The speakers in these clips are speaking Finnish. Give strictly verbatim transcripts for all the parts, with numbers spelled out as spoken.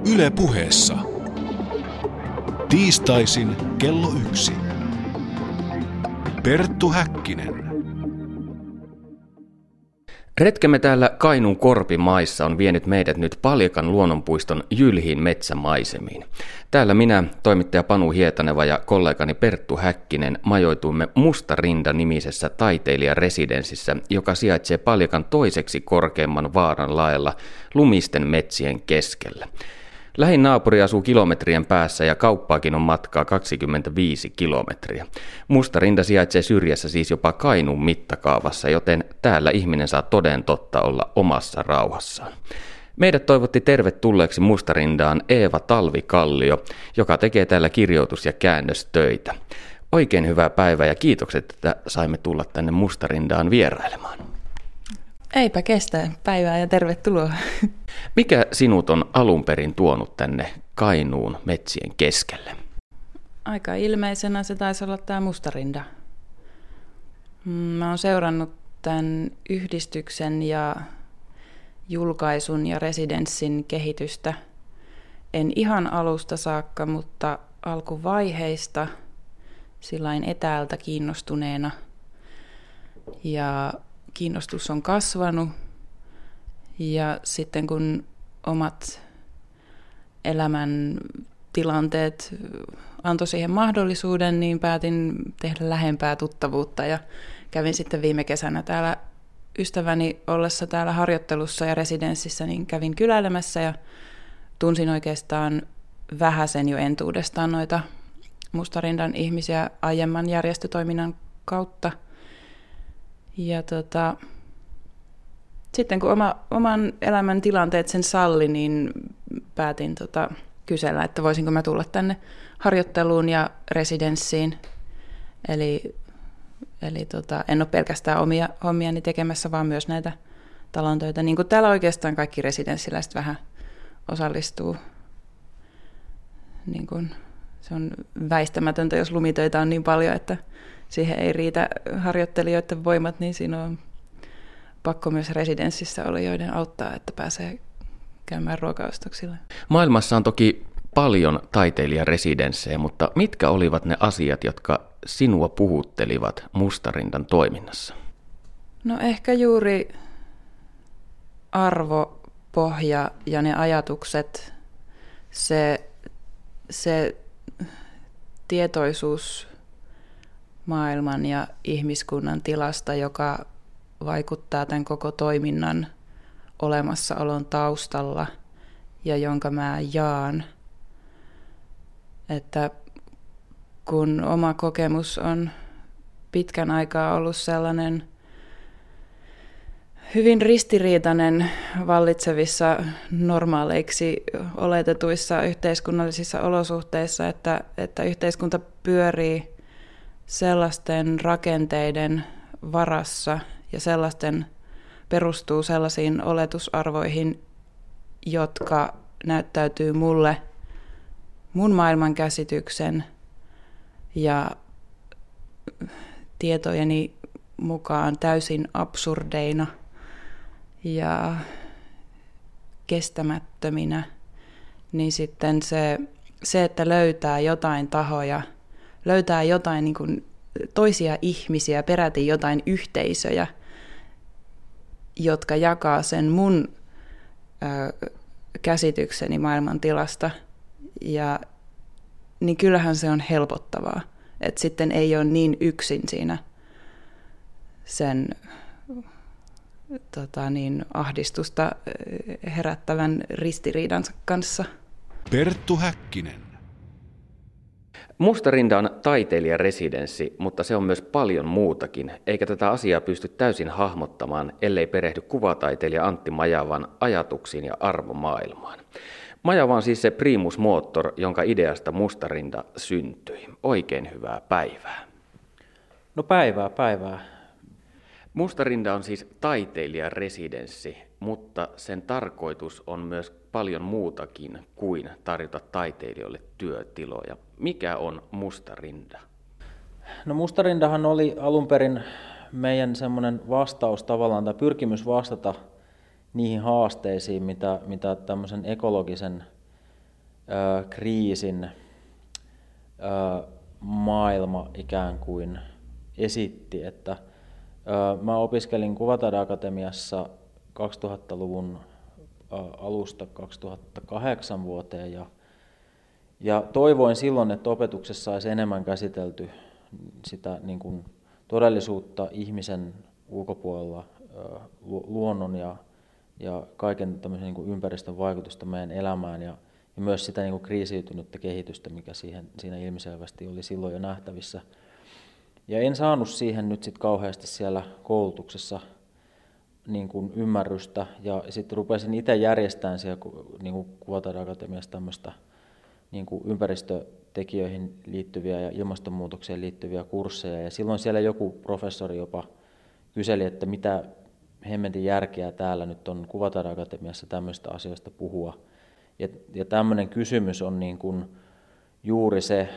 Yle Puheessa. Tiistaisin kello yksi. Perttu Häkkinen. Retkemme täällä Kainuun Korpimaissa on vienyt meidät nyt Paljakan luonnonpuiston jylhiin metsämaisemiin. Täällä minä, toimittaja Panu Hietaneva ja kollegani Perttu Häkkinen majoituimme Mustarinda-nimisessä taiteilijaresidenssissä, joka sijaitsee Paljakan toiseksi korkeimman vaaran laella lumisten metsien keskellä. Lähin naapuri asuu kilometrien päässä ja kauppaakin on matkaa kaksikymmentäviisi kilometriä. Mustarinta sijaitsee syrjässä siis jopa Kainuun mittakaavassa, joten täällä ihminen saa toden totta olla omassa rauhassaan. Meidät toivotti tervetulleeksi Mustarindaan Eeva Talvikallio, joka tekee täällä kirjoitus- ja käännöstöitä. Oikein hyvää päivää ja kiitokset, että saimme tulla tänne Mustarindaan vierailemaan. Eipä kestä. Päivää ja tervetuloa. Mikä sinut on alun perin tuonut tänne Kainuun metsien keskelle? Aika ilmeisenä se taisi olla tämä Mustarinda. Mä oon seurannut tämän yhdistyksen ja julkaisun ja residenssin kehitystä. En ihan alusta saakka, mutta alkuvaiheista sillain etäältä kiinnostuneena. Ja kiinnostus on kasvanut ja sitten kun omat elämän tilanteet antoi siihen mahdollisuuden, niin päätin tehdä lähempää tuttavuutta ja kävin sitten viime kesänä täällä ystäväni ollessa täällä harjoittelussa ja residenssissä, niin kävin kyläilemässä ja tunsin oikeastaan vähäsen jo entuudestaan noita Mustarindan ihmisiä aiemman järjestötoiminnan kautta. Ja tota, sitten kun oma, oman elämän tilanteet sen salli, niin päätin tota, kysellä, että voisinko mä tulla tänne harjoitteluun ja residenssiin. Eli, eli tota, en ole pelkästään omia hommiani tekemässä, vaan myös näitä talontöitä. Niin kuin täällä oikeastaan kaikki residenssiläiset vähän osallistuu. Niin kuin, se on väistämätöntä, jos lumitöitä on niin paljon, että siihen ei riitä harjoittelijoiden voimat, niin siinä on pakko myös residenssissä olijoiden auttaa, että pääsee käymään ruokaostoksilla. Maailmassa on toki paljon taiteilijaresidenssejä, mutta mitkä olivat ne asiat, jotka sinua puhuttelivat Mustarindan toiminnassa? No ehkä juuri arvopohja ja ne ajatukset, se, se tietoisuus maailman ja ihmiskunnan tilasta, joka vaikuttaa tämän koko toiminnan olemassaolon taustalla ja jonka mä jaan. Että kun oma kokemus on pitkän aikaa ollut sellainen hyvin ristiriitainen vallitsevissa normaaleiksi oletetuissa yhteiskunnallisissa olosuhteissa, että, että yhteiskunta pyörii sellaisten rakenteiden varassa ja sellaisten perustuu sellaisiin oletusarvoihin, jotka näyttäytyy mulle mun maailmankäsityksen ja tietojeni mukaan täysin absurdeina ja kestämättöminä, niin sitten se, se että löytää jotain tahoja, löytää jotain niin kuin toisia ihmisiä, peräti jotain yhteisöjä, jotka jakaa sen mun ö, käsitykseni maailman tilasta. Ja niin kyllähän se on helpottavaa, että sitten ei ole niin yksin siinä sen tota niin, ahdistusta herättävän ristiriidan kanssa. Perttu Häkkinen. Mustarinda on taiteilijaresidenssi, mutta se on myös paljon muutakin, eikä tätä asiaa pysty täysin hahmottamaan, ellei perehdy kuvataiteilija Antti Majavan ajatuksiin ja arvomaailmaan. Majava on siis se primus motor, jonka ideasta Mustarinda syntyi. Oikein hyvää päivää. No päivää, päivää. Mustarinda on siis taiteilijaresidenssi, mutta sen tarkoitus on myös paljon muutakin kuin tarjota taiteilijoille työtiloja. Mikä on Mustarinda? No Mustarindahan oli alun perin meidän semmoinen vastaus tavallaan, tai pyrkimys vastata niihin haasteisiin, mitä, mitä tämmöisen ekologisen ö, kriisin ö, maailma ikään kuin esitti, että ö, mä opiskelin Kuvataideakatemiassa kaksituhattaluvun ö, alusta kaksituhattakahdeksan vuoteen ja, ja toivoin silloin, että opetuksessa olisi enemmän käsitelty sitä niin kuin todellisuutta ihmisen ulkopuolella, ö, luonnon ja, ja kaiken tämmöisen niin kuin ympäristön vaikutusta meidän elämään ja Ja myös sitä niin kuin kriisiytynyttä kehitystä, mikä siihen, siinä ilmiselvästi oli silloin jo nähtävissä. Ja en saanut siihen nyt sit kauheasti siellä koulutuksessa niin kuin ymmärrystä. Ja sitten rupesin itse järjestämään siellä niin kuin Kuvataideakatemiassa tämmöistä niin kuin ympäristötekijöihin liittyviä ja ilmastonmuutokseen liittyviä kursseja. Ja silloin siellä joku professori jopa kyseli, että mitä hemmetin järkeä täällä nyt on Kuvataideakatemiassa tämmöistä asioista puhua. Ja, ja tämmöinen kysymys on niin kuin juuri se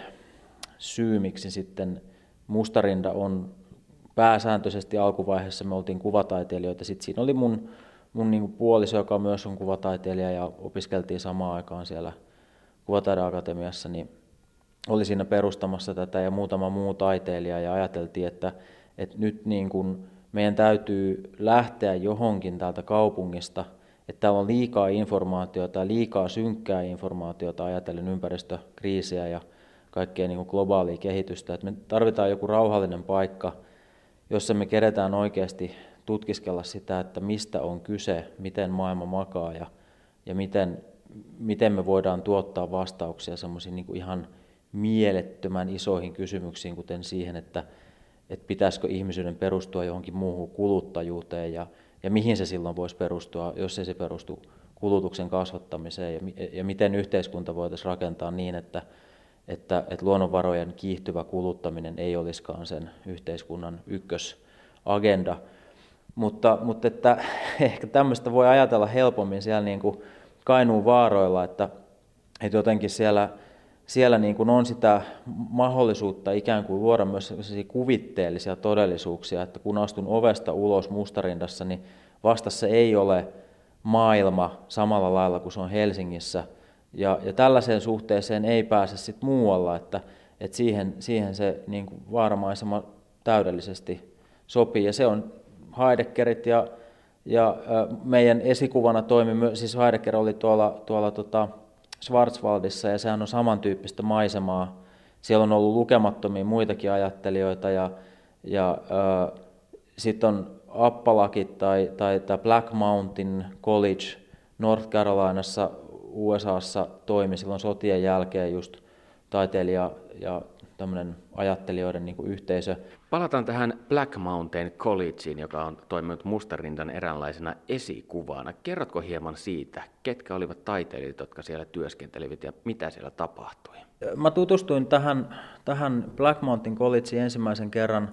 syy, miksi sitten Mustarinta on pääsääntöisesti alkuvaiheessa, me oltiin kuvataiteilijoita. Sitten siinä oli mun, mun niin kuin puoliso, joka myös on kuvataiteilija ja opiskeltiin samaan aikaan siellä Kuvataideakatemiassa, niin oli siinä perustamassa tätä ja muutama muu taiteilija ja ajateltiin, että, että nyt niin kuin meidän täytyy lähteä johonkin täältä kaupungista, että täällä on liikaa informaatiota ja liikaa synkkää informaatiota ajatellen ympäristökriisiä ja kaikkea niin kuin globaalia kehitystä. Että me tarvitaan joku rauhallinen paikka, jossa me keretään oikeasti tutkiskella sitä, että mistä on kyse, miten maailma makaa ja, ja miten, miten me voidaan tuottaa vastauksia semmoisiin niin kuin ihan mielettömän isoihin kysymyksiin, kuten siihen, että, että pitäisikö ihmisyyden perustua johonkin muuhun kuluttajuuteen ja Ja mihin se silloin voisi perustua, jos ei se perustu kulutuksen kasvattamiseen, ja, ja miten yhteiskunta voitaisiin rakentaa niin, että, että, että luonnonvarojen kiihtyvä kuluttaminen ei olisikaan sen yhteiskunnan ykkösagenda. Mutta, mutta että, ehkä tämmöistä voi ajatella helpommin siellä niin kuin Kainuun vaaroilla, että, että jotenkin siellä, siellä niin kuin on sitä mahdollisuutta ikään kuin luoda myös kuvitteellisia todellisuuksia, että kun astun ovesta ulos Mustarindassa, niin vastassa ei ole maailma samalla lailla kuin se on Helsingissä. Ja, ja tällaiseen suhteeseen ei pääse sit muualla, että, että siihen, siihen se niin kuin vaaramaisema täydellisesti sopii. Ja se on Heideggerit ja, ja meidän esikuvana toimi, siis Heidegger oli tuolla, tuolla tota, Schwarzwaldissa ja sehän on samantyyppistä maisemaa. Siellä on ollut lukemattomia muitakin ajattelijoita ja, ja äh, sitten on Appalachit tai, tai, tai Black Mountain College North Carolinassa U S A:ssa toimi silloin sotien jälkeen just taiteilija ja tämmöinen ajattelijoiden niin kuin yhteisö. Palataan tähän Black Mountain Collegeen, joka on toiminut Mustarindan eräänlaisena esikuvana. Kerrotko hieman siitä, ketkä olivat taiteilijat, jotka siellä työskentelivät ja mitä siellä tapahtui? Mä tutustuin tähän, tähän Black Mountain Collegeen ensimmäisen kerran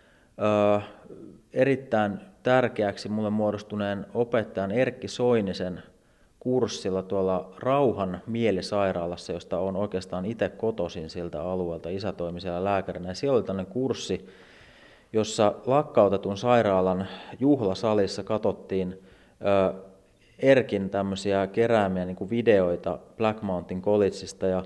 ö, erittäin tärkeäksi mulle muodostuneen opettajan Erkki Soinisen kurssilla tuolla Rauhan mielisairaalassa, josta olen oikeastaan itse kotoisin siltä alueelta. Isä toimi siellä lääkärinä. Ja siellä oli tämmöinen kurssi, jossa lakkautetun sairaalan juhlasalissa katsottiin ö, Erkin tämmöisiä keräämiä niin kuin videoita Black Mountain Collegeista. Ja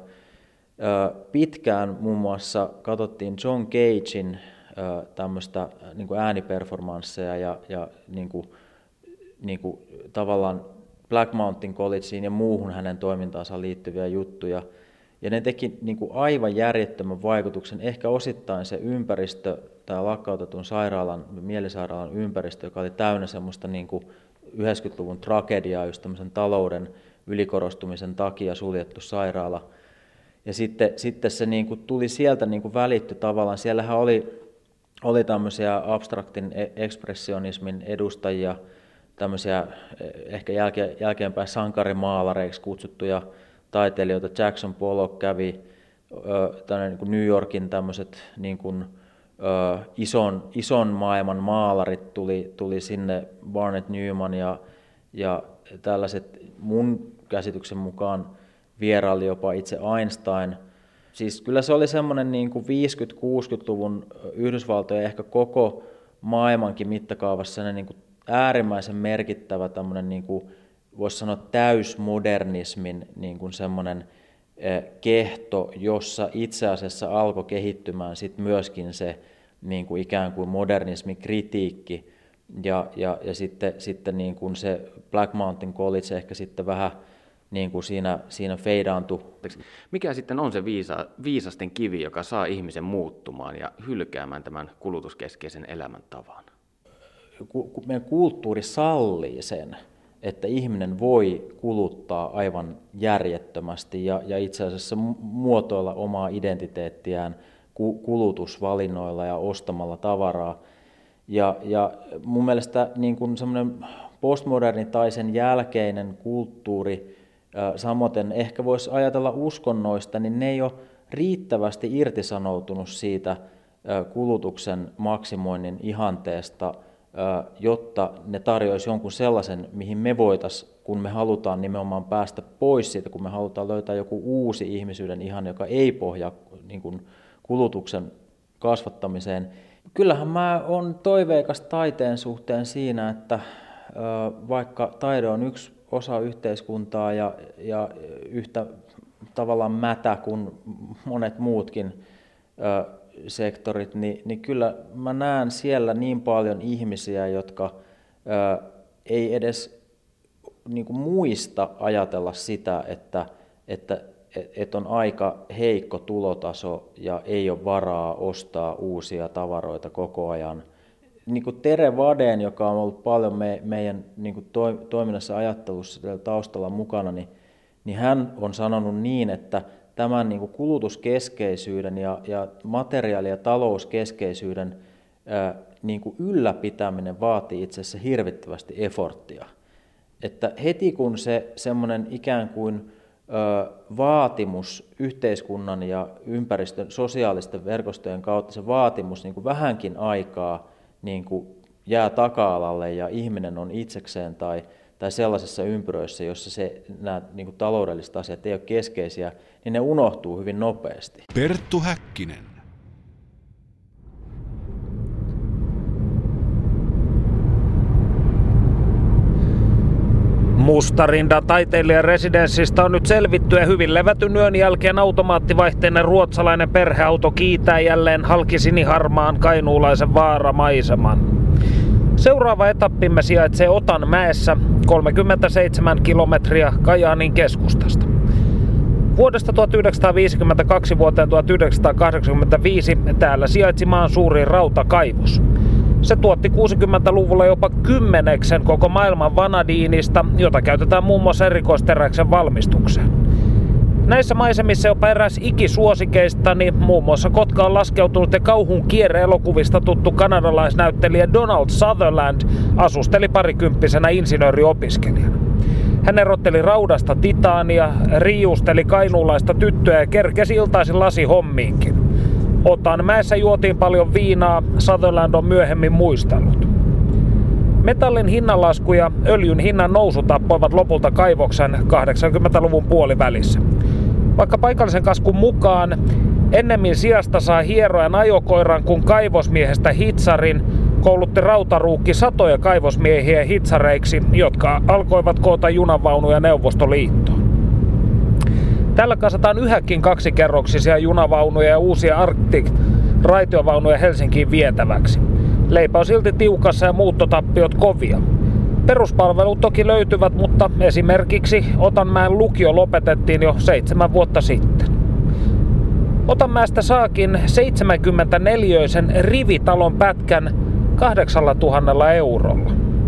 ö, pitkään muun muassa katsottiin John Cagein ö, tämmöistä niin kuin ääniperformansseja ja, ja niin kuin, niin kuin, tavallaan Black Mountain Collegeen ja muuhun hänen toimintaansa liittyviä juttuja. Ja ne teki niin kuin aivan järjettömän vaikutuksen, ehkä osittain se ympäristö, tämä lakkautetun sairaalan, mielisairaalan ympäristö, joka oli täynnä semmoista niin kuin yhdeksänkymmentäluvun tragediaa, just tämmöisen talouden ylikorostumisen takia suljettu sairaala. Ja sitten, sitten se niin kuin tuli sieltä niin kuin välitty tavallaan, siellähän oli, oli tämmöisiä abstraktin ekspressionismin edustajia, tämmöisiä ehkä jälkeen, jälkeenpäin sankarimaalareiksi kutsuttuja taiteilijoita. Jackson Pollock kävi, tänne niin kuin New Yorkin tämmöiset niin kuin, ö, ison, ison maailman maalarit tuli, tuli sinne, Barnett Newman ja, ja tällaiset mun käsityksen mukaan vieraili jopa itse Einstein. Siis kyllä se oli semmoinen niin kuin viisikymmentä-kuusikymmentäluvun Yhdysvaltojen ehkä koko maailmankin mittakaavassa niin kuin äärimmäisen merkittävä tämmöinen, niin kuin voisi sanoa täysmodernismin niin kuin semmoinen kehto, jossa itse asiassa alkoi kehittymään sit myöskin se niin kuin ikään kuin modernismin kritiikki ja, ja, ja sitten, sitten niin kuin se Black Mountain College ehkä sitten vähän niin kuin siinä, siinä feidaantui. Mikä sitten on se viisa, viisasten kivi, joka saa ihmisen muuttumaan ja hylkäämään tämän kulutuskeskeisen elämäntavan? Meidän kulttuuri sallii sen, että ihminen voi kuluttaa aivan järjettömästi ja, ja itse asiassa muotoilla omaa identiteettiään kulutusvalinnoilla ja ostamalla tavaraa. Ja, ja mun mielestä niin kuin semmoinen postmoderni tai sen jälkeinen kulttuuri, samoin ehkä voisi ajatella uskonnoista, niin ne ei ole riittävästi irtisanoutunut siitä kulutuksen maksimoinnin ihanteesta, jotta ne tarjoaisi jonkun sellaisen, mihin me voitaisiin, kun me halutaan nimenomaan päästä pois siitä, kun me halutaan löytää joku uusi ihmisyyden ihan, joka ei pohjaa niin kuin kulutuksen kasvattamiseen. Kyllähän mä oon toiveikas taiteen suhteen siinä, että vaikka taide on yksi osa yhteiskuntaa ja, ja yhtä tavallaan mätä kuin monet muutkin sektorit, niin, niin kyllä mä näen siellä niin paljon ihmisiä, jotka ää, ei edes niin kuin muista ajatella sitä, että, että et on aika heikko tulotaso ja ei ole varaa ostaa uusia tavaroita koko ajan. Niin kuin Tere Wadén, joka on ollut paljon me, meidän niin kuin to, toiminnassa ajattelussa taustalla mukana, niin, niin hän on sanonut niin, että tämän niin kuin kulutuskeskeisyyden ja, ja materiaali- ja talouskeskeisyyden ää, niin kuin ylläpitäminen vaatii itse asiassa hirvittävästi efforttia. Että heti kun se semmoinen ikään kuin ää, vaatimus yhteiskunnan ja ympäristön sosiaalisten verkostojen kautta, se vaatimus niin kuin vähänkin aikaa niin kuin jää taka-alalle ja ihminen on itsekseen tai tai sellaisessa ympyröissä, jossa se, nämä niin kuin taloudelliset asiat ei ole keskeisiä, niin ne unohtuu hyvin nopeasti. Perttu Häkkinen. Mustarinda taiteilijan residenssistä on nyt selvitty ja hyvin levätyn yön jälkeen automaattivaihteinen ruotsalainen perheauto kiitää jälleen halki siniharmaan kainuulaisen vaaramaiseman. Seuraava etappimme sijaitsee Otanmäessä, kolmekymmentäseitsemän kilometriä Kajaanin keskustasta. Vuodesta tuhatyhdeksänsataaviisikymmentäkaksi vuoteen tuhatyhdeksänsataakahdeksankymmentäviisi täällä sijaitsi maan suurin rautakaivos. Se tuotti kuusikymmentäluvulla jopa kymmeneksen koko maailman vanadiinista, jota käytetään muun muassa erikoisteräksen valmistukseen. Näissä maisemissa jopa eräs ikisuosikeistani, muun muassa Kotka on laskeutunut ja kauhun kierre-elokuvista tuttu kanadalaisnäyttelijä Donald Sutherland asusteli parikymppisenä insinööriopiskelijana. Hän erotteli raudasta titaania, riiusteli kainuulaista tyttöä ja kerkesi iltaisin lasihommiinkin. Otanmäessä juotiin paljon viinaa, Sutherland on myöhemmin muistellut. Metallin hinnanlasku ja öljyn hinnan nousu tappoivat lopulta kaivoksen kahdeksankymmentäluvun puolivälissä. Vaikka paikallisen kaskun mukaan ennemmin sijasta saa hierojan ajokoiran kuin kaivosmiehestä hitsarin, koulutti rautaruukki satoja kaivosmiehiä hitsareiksi, jotka alkoivat koota junavaunuja Neuvostoliittoon. Tällä kasataan yhäkin kaksikerroksisia junavaunuja ja uusia Arctic-raitiovaunuja Helsinkiin vietäväksi. Leipä on silti tiukassa ja muuttotappiot kovia. Peruspalvelut toki löytyvät, mutta esimerkiksi Otanmäen lukio lopetettiin jo seitsemän vuotta sitten. Otanmäestä saakin seitsemänkymmentäneliöisen rivitalon pätkän kahdeksallatuhannella eurolla.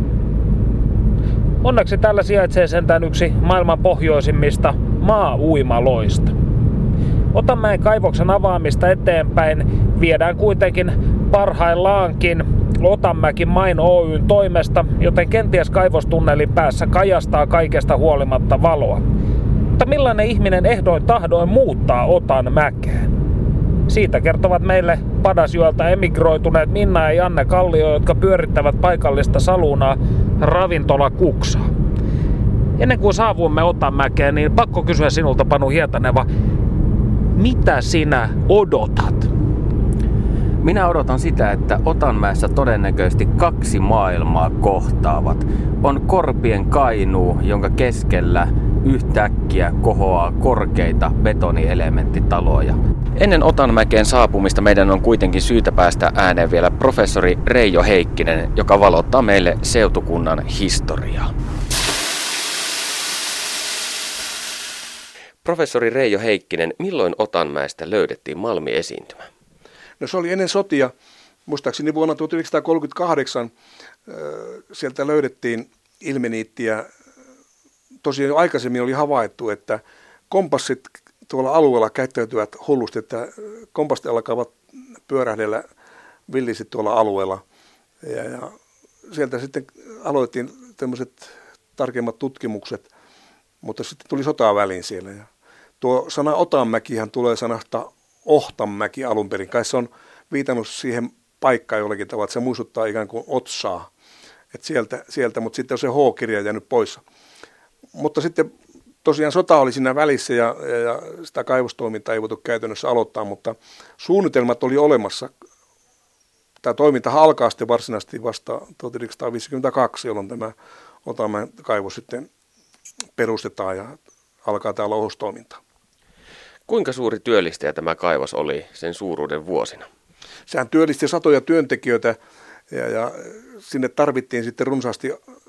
Onneksi täällä sijaitsee sentään yksi maailman pohjoisimmista maa-uimaloista. Otanmäen kaivoksen avaamista eteenpäin viedään kuitenkin parhaillaankin Otanmäki Mine Oyn toimesta, joten kenties kaivostunnelin päässä kajastaa kaikesta huolimatta valoa. Mutta millainen ihminen ehdoin tahdoin muuttaa Otanmäkeen? Siitä kertovat meille Padasjoelta emigroituneet Minna ja Janne Kallio, jotka pyörittävät paikallista salunaa Ravintola Kuksaa. Ennen kuin saavuimme Otanmäkeen, niin pakko kysyä sinulta, Panu Hietaneva, mitä sinä odotat? Minä odotan sitä, että Otanmäessä todennäköisesti kaksi maailmaa kohtaavat. On Korpien Kainuu, jonka keskellä yhtäkkiä kohoaa korkeita betonielementtitaloja. Ennen Otanmäkeen saapumista meidän on kuitenkin syytä päästä ääneen vielä professori Reijo Heikkinen, joka valottaa meille seutukunnan historiaa. Professori Reijo Heikkinen, milloin Otanmäestä löydettiin malmiesiintymä? No se oli ennen sotia. Muistaakseni vuonna tuhatyhdeksänsataakolmekymmentäkahdeksan sieltä löydettiin ilmeniittiä. Tosiaan jo aikaisemmin oli havaittu, että kompassit tuolla alueella käyttäytyvät hullusti, että kompassit alkavat pyörähdellä villisti tuolla alueella. Ja, ja sieltä sitten aloitettiin tämmöiset tarkemmat tutkimukset, mutta sitten tuli sotaa väliin siellä. Ja tuo sana Otanmäkihän tulee sanasta Ohtanmäki alun perin. Kai se on viitannut siihen paikkaan jollakin tavalla, että se muistuttaa ikään kuin Otsaa. Että sieltä, sieltä, mutta sitten on se H-kirja jäänyt pois. Mutta sitten tosiaan sota oli siinä välissä ja, ja, ja sitä kaivostoimintaa ei voitu käytännössä aloittaa, mutta suunnitelmat oli olemassa. Tämä toiminta alkaa sitten varsinaisesti vasta tuhatyhdeksänsataaviisikymmentäkaksi, jolloin tämä Otanmäen kaivos sitten perustetaan ja alkaa tämä louhostoiminta. Kuinka suuri työllistäjä tämä kaivos oli sen suuruuden vuosina? Sehän työllisti satoja työntekijöitä ja, ja sinne tarvittiin sitten runsaasti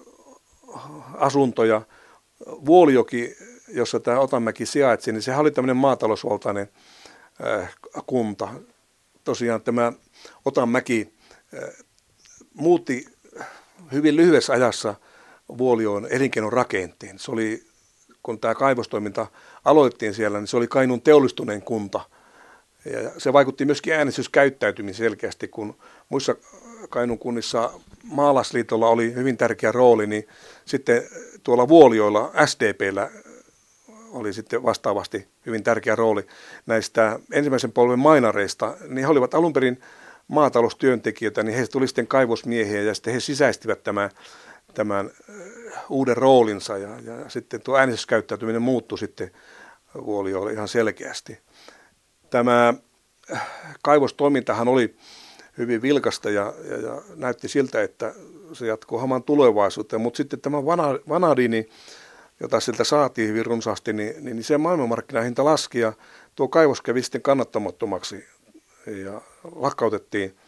asuntoja. Vuolijoki, jossa tämä Otanmäki sijaitsi, niin sehän oli tämmöinen maatalousvaltainen äh, kunta. Tosiaan tämä Otanmäki äh, muutti hyvin lyhyessä ajassa Vuolijoen elinkeinon rakenteen. Se oli, kun tämä kaivostoiminta aloitettiin siellä, niin se oli Kainuun teollistuneen kunta. Ja se vaikutti myöskin äänestyskäyttäytymiseen selkeästi, kun muissa Kainuun kunnissa Maalaisliitolla oli hyvin tärkeä rooli, niin sitten tuolla Vuolijoella S D P:llä oli sitten vastaavasti hyvin tärkeä rooli näistä ensimmäisen polven mainareista. Niin he olivat alun perin maataloustyöntekijöitä, niin heistä tuli sitten kaivosmiehiä ja sitten he sisäistivät tämän, tämän uuden roolinsa ja, ja sitten tuo äänestyskäyttäytyminen muuttui sitten Vuolijoella ihan selkeästi. Tämä kaivostoimintahan oli hyvin vilkasta ja, ja, ja näytti siltä, että se jatkuu hamaan tulevaisuuteen, mutta sitten tämä vanadini, jota sieltä saatiin hyvin runsaasti, niin, niin se maailmanmarkkinahinta laski ja tuo kaivos kävi sitten kannattamattomaksi ja lakkautettiin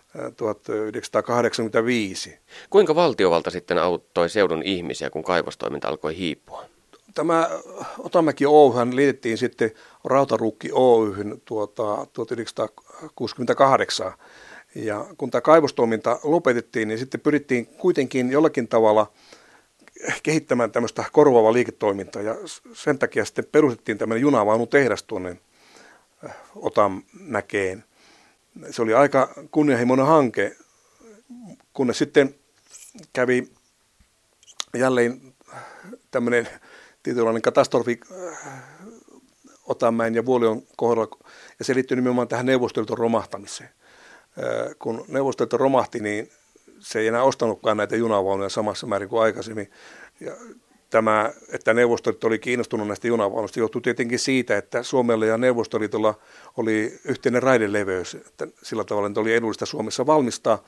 tuhatyhdeksänsataakahdeksankymmentäviisi. Kuinka valtiovalta sitten auttoi seudun ihmisiä, kun kaivostoiminta alkoi hiipua? Tämä Otanmäki Oy:hän liitettiin sitten Rautaruukki Oy:hyn tuota, tuhatyhdeksänsataakuusikymmentäkahdeksan. Ja kun tämä kaivostoiminta lopetettiin, niin sitten pyrittiin kuitenkin jollakin tavalla kehittämään tämmöistä korvaavaa liiketoimintaa. Ja sen takia sitten perustettiin tämmöinen junavaunutehdas tuonne Otanmäkeen. Se oli aika kunnianhimoinen hanke, kunnes sitten kävi jälleen tämmöinen tietynlainen katastrofi Otanmäen ja Vuolijoen kohdalla, ja se liittyy nimenomaan tähän Neuvostoliiton romahtamiseen. Kun Neuvostoliitto romahti, niin se ei enää ostanutkaan näitä junavaunuja samassa määrin kuin aikaisemmin. Ja tämä, että Neuvostoliitto oli kiinnostunut näistä junavaunuista, johtui tietenkin siitä, että Suomella ja Neuvostoliitolla oli yhteinen raideleveys. Että sillä tavalla että oli edullista Suomessa valmistaa.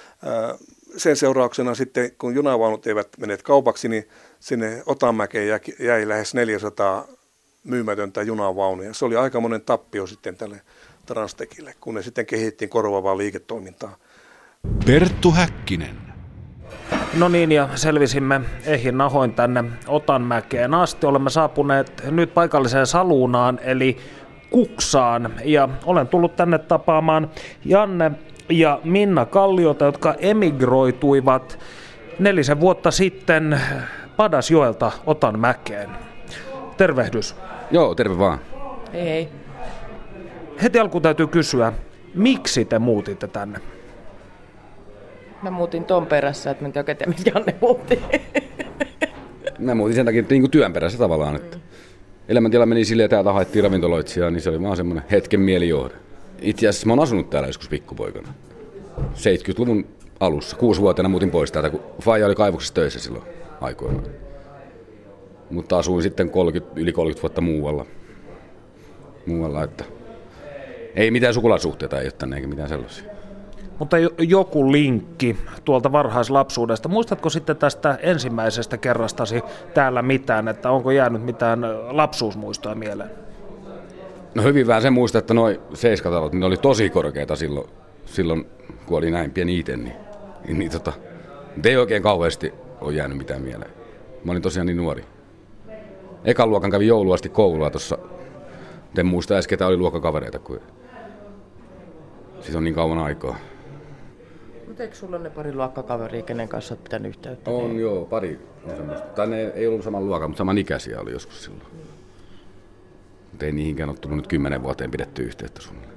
Sen seurauksena sitten, kun junavaunut eivät menneet kaupaksi, niin sinne Otanmäkeen jäi lähes neljäsataa myymätöntä junavaunuja. Se oli aikamoinen tappio sitten tälle Transtekille, kun ne sitten kehittiin korvaavaa liiketoimintaa. Perttu Häkkinen. No niin, ja selvisimme ehjin nahoin tänne Otanmäkeen asti. Olemme saapuneet nyt paikalliseen saluunaan, eli Kuksaan, ja olen tullut tänne tapaamaan Janne ja Minna Kalliota, jotka emigroituivat nelisen vuotta sitten Padasjoelta Otanmäkeen. Tervehdys. Joo, terve vaan. Hei hei. Heti alkuun täytyy kysyä, miksi te muutitte tänne? Mä muutin ton perässä, että mä en oikein tiedä, miksi Janne muutti. Mä muutin sen takia niin kuin työn perässä tavallaan. Että elämäntila meni silleen, että täältä haettiin ravintoloitsijaa, niin se oli vaan semmoinen hetken mielijohde. Itse asiassa mä oon asunut täällä joskus pikkupoikana. seitsemänkymmentäluvun alussa, kuusivuotiaana muutin pois täältä, kun faija oli kaivoksessa töissä silloin aikoinaan. Mutta asuin sitten kolmekymmentä, yli kolmekymmentä vuotta muualla. Muualla, että ei mitään sukulaisuhteita ei ole tänne eikä mitään sellaisia. Mutta joku linkki tuolta varhaislapsuudesta. Muistatko sitten tästä ensimmäisestä kerrastasi täällä mitään, että onko jäänyt mitään lapsuusmuistoa mieleen? No hyvin vähän sen muista, että noi seiskatalot, niin ne oli tosi korkeita silloin, silloin kun oli näin pieni itse, niin, niin tota, ei oikein kauheasti ole jäänyt mitään mieleen. Mä olin tosiaan niin nuori. Ekan luokan kävin joulua asti koulua tuossa. En muista edes ketä oli luokkakavereita, kun siitä on niin kauan aikaa. Mutta eikö sulla ole ne pari luokkakaveria, kenen kanssa olet pitänyt yhteyttä? On niin? joo, pari. Tai ne ei ollut saman luokan, mutta saman ikäisiä oli joskus silloin. Mutta ei niihinkään ole tullut nyt kymmenen vuoteen pidetty yhteyttä suunnilleen.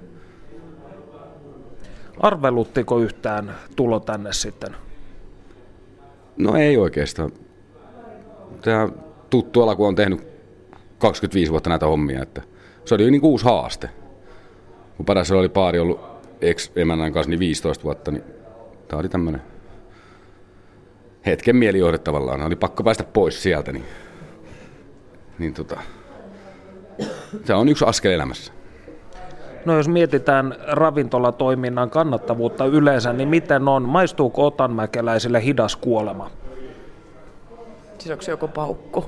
Arveluttiko yhtään tulo tänne sitten? No ei oikeastaan. Tämä tuttu ala, kun on tehnyt kaksikymmentäviisi vuotta näitä hommia, että se oli niin kuin uusi haaste. Kun Padasella oli paari ollut ex-emännän kanssa niin viisitoista vuotta, niin tämä oli tämmöinen hetken mielijohde tavallaan. Oli pakko päästä pois sieltä, niin, niin tota, se on yksi askel elämässä. No jos mietitään ravintolatoiminnan kannattavuutta yleensä, niin miten on? Maistuuko otanmäkeläisille hidas kuolema? Siis onko se joku paukku?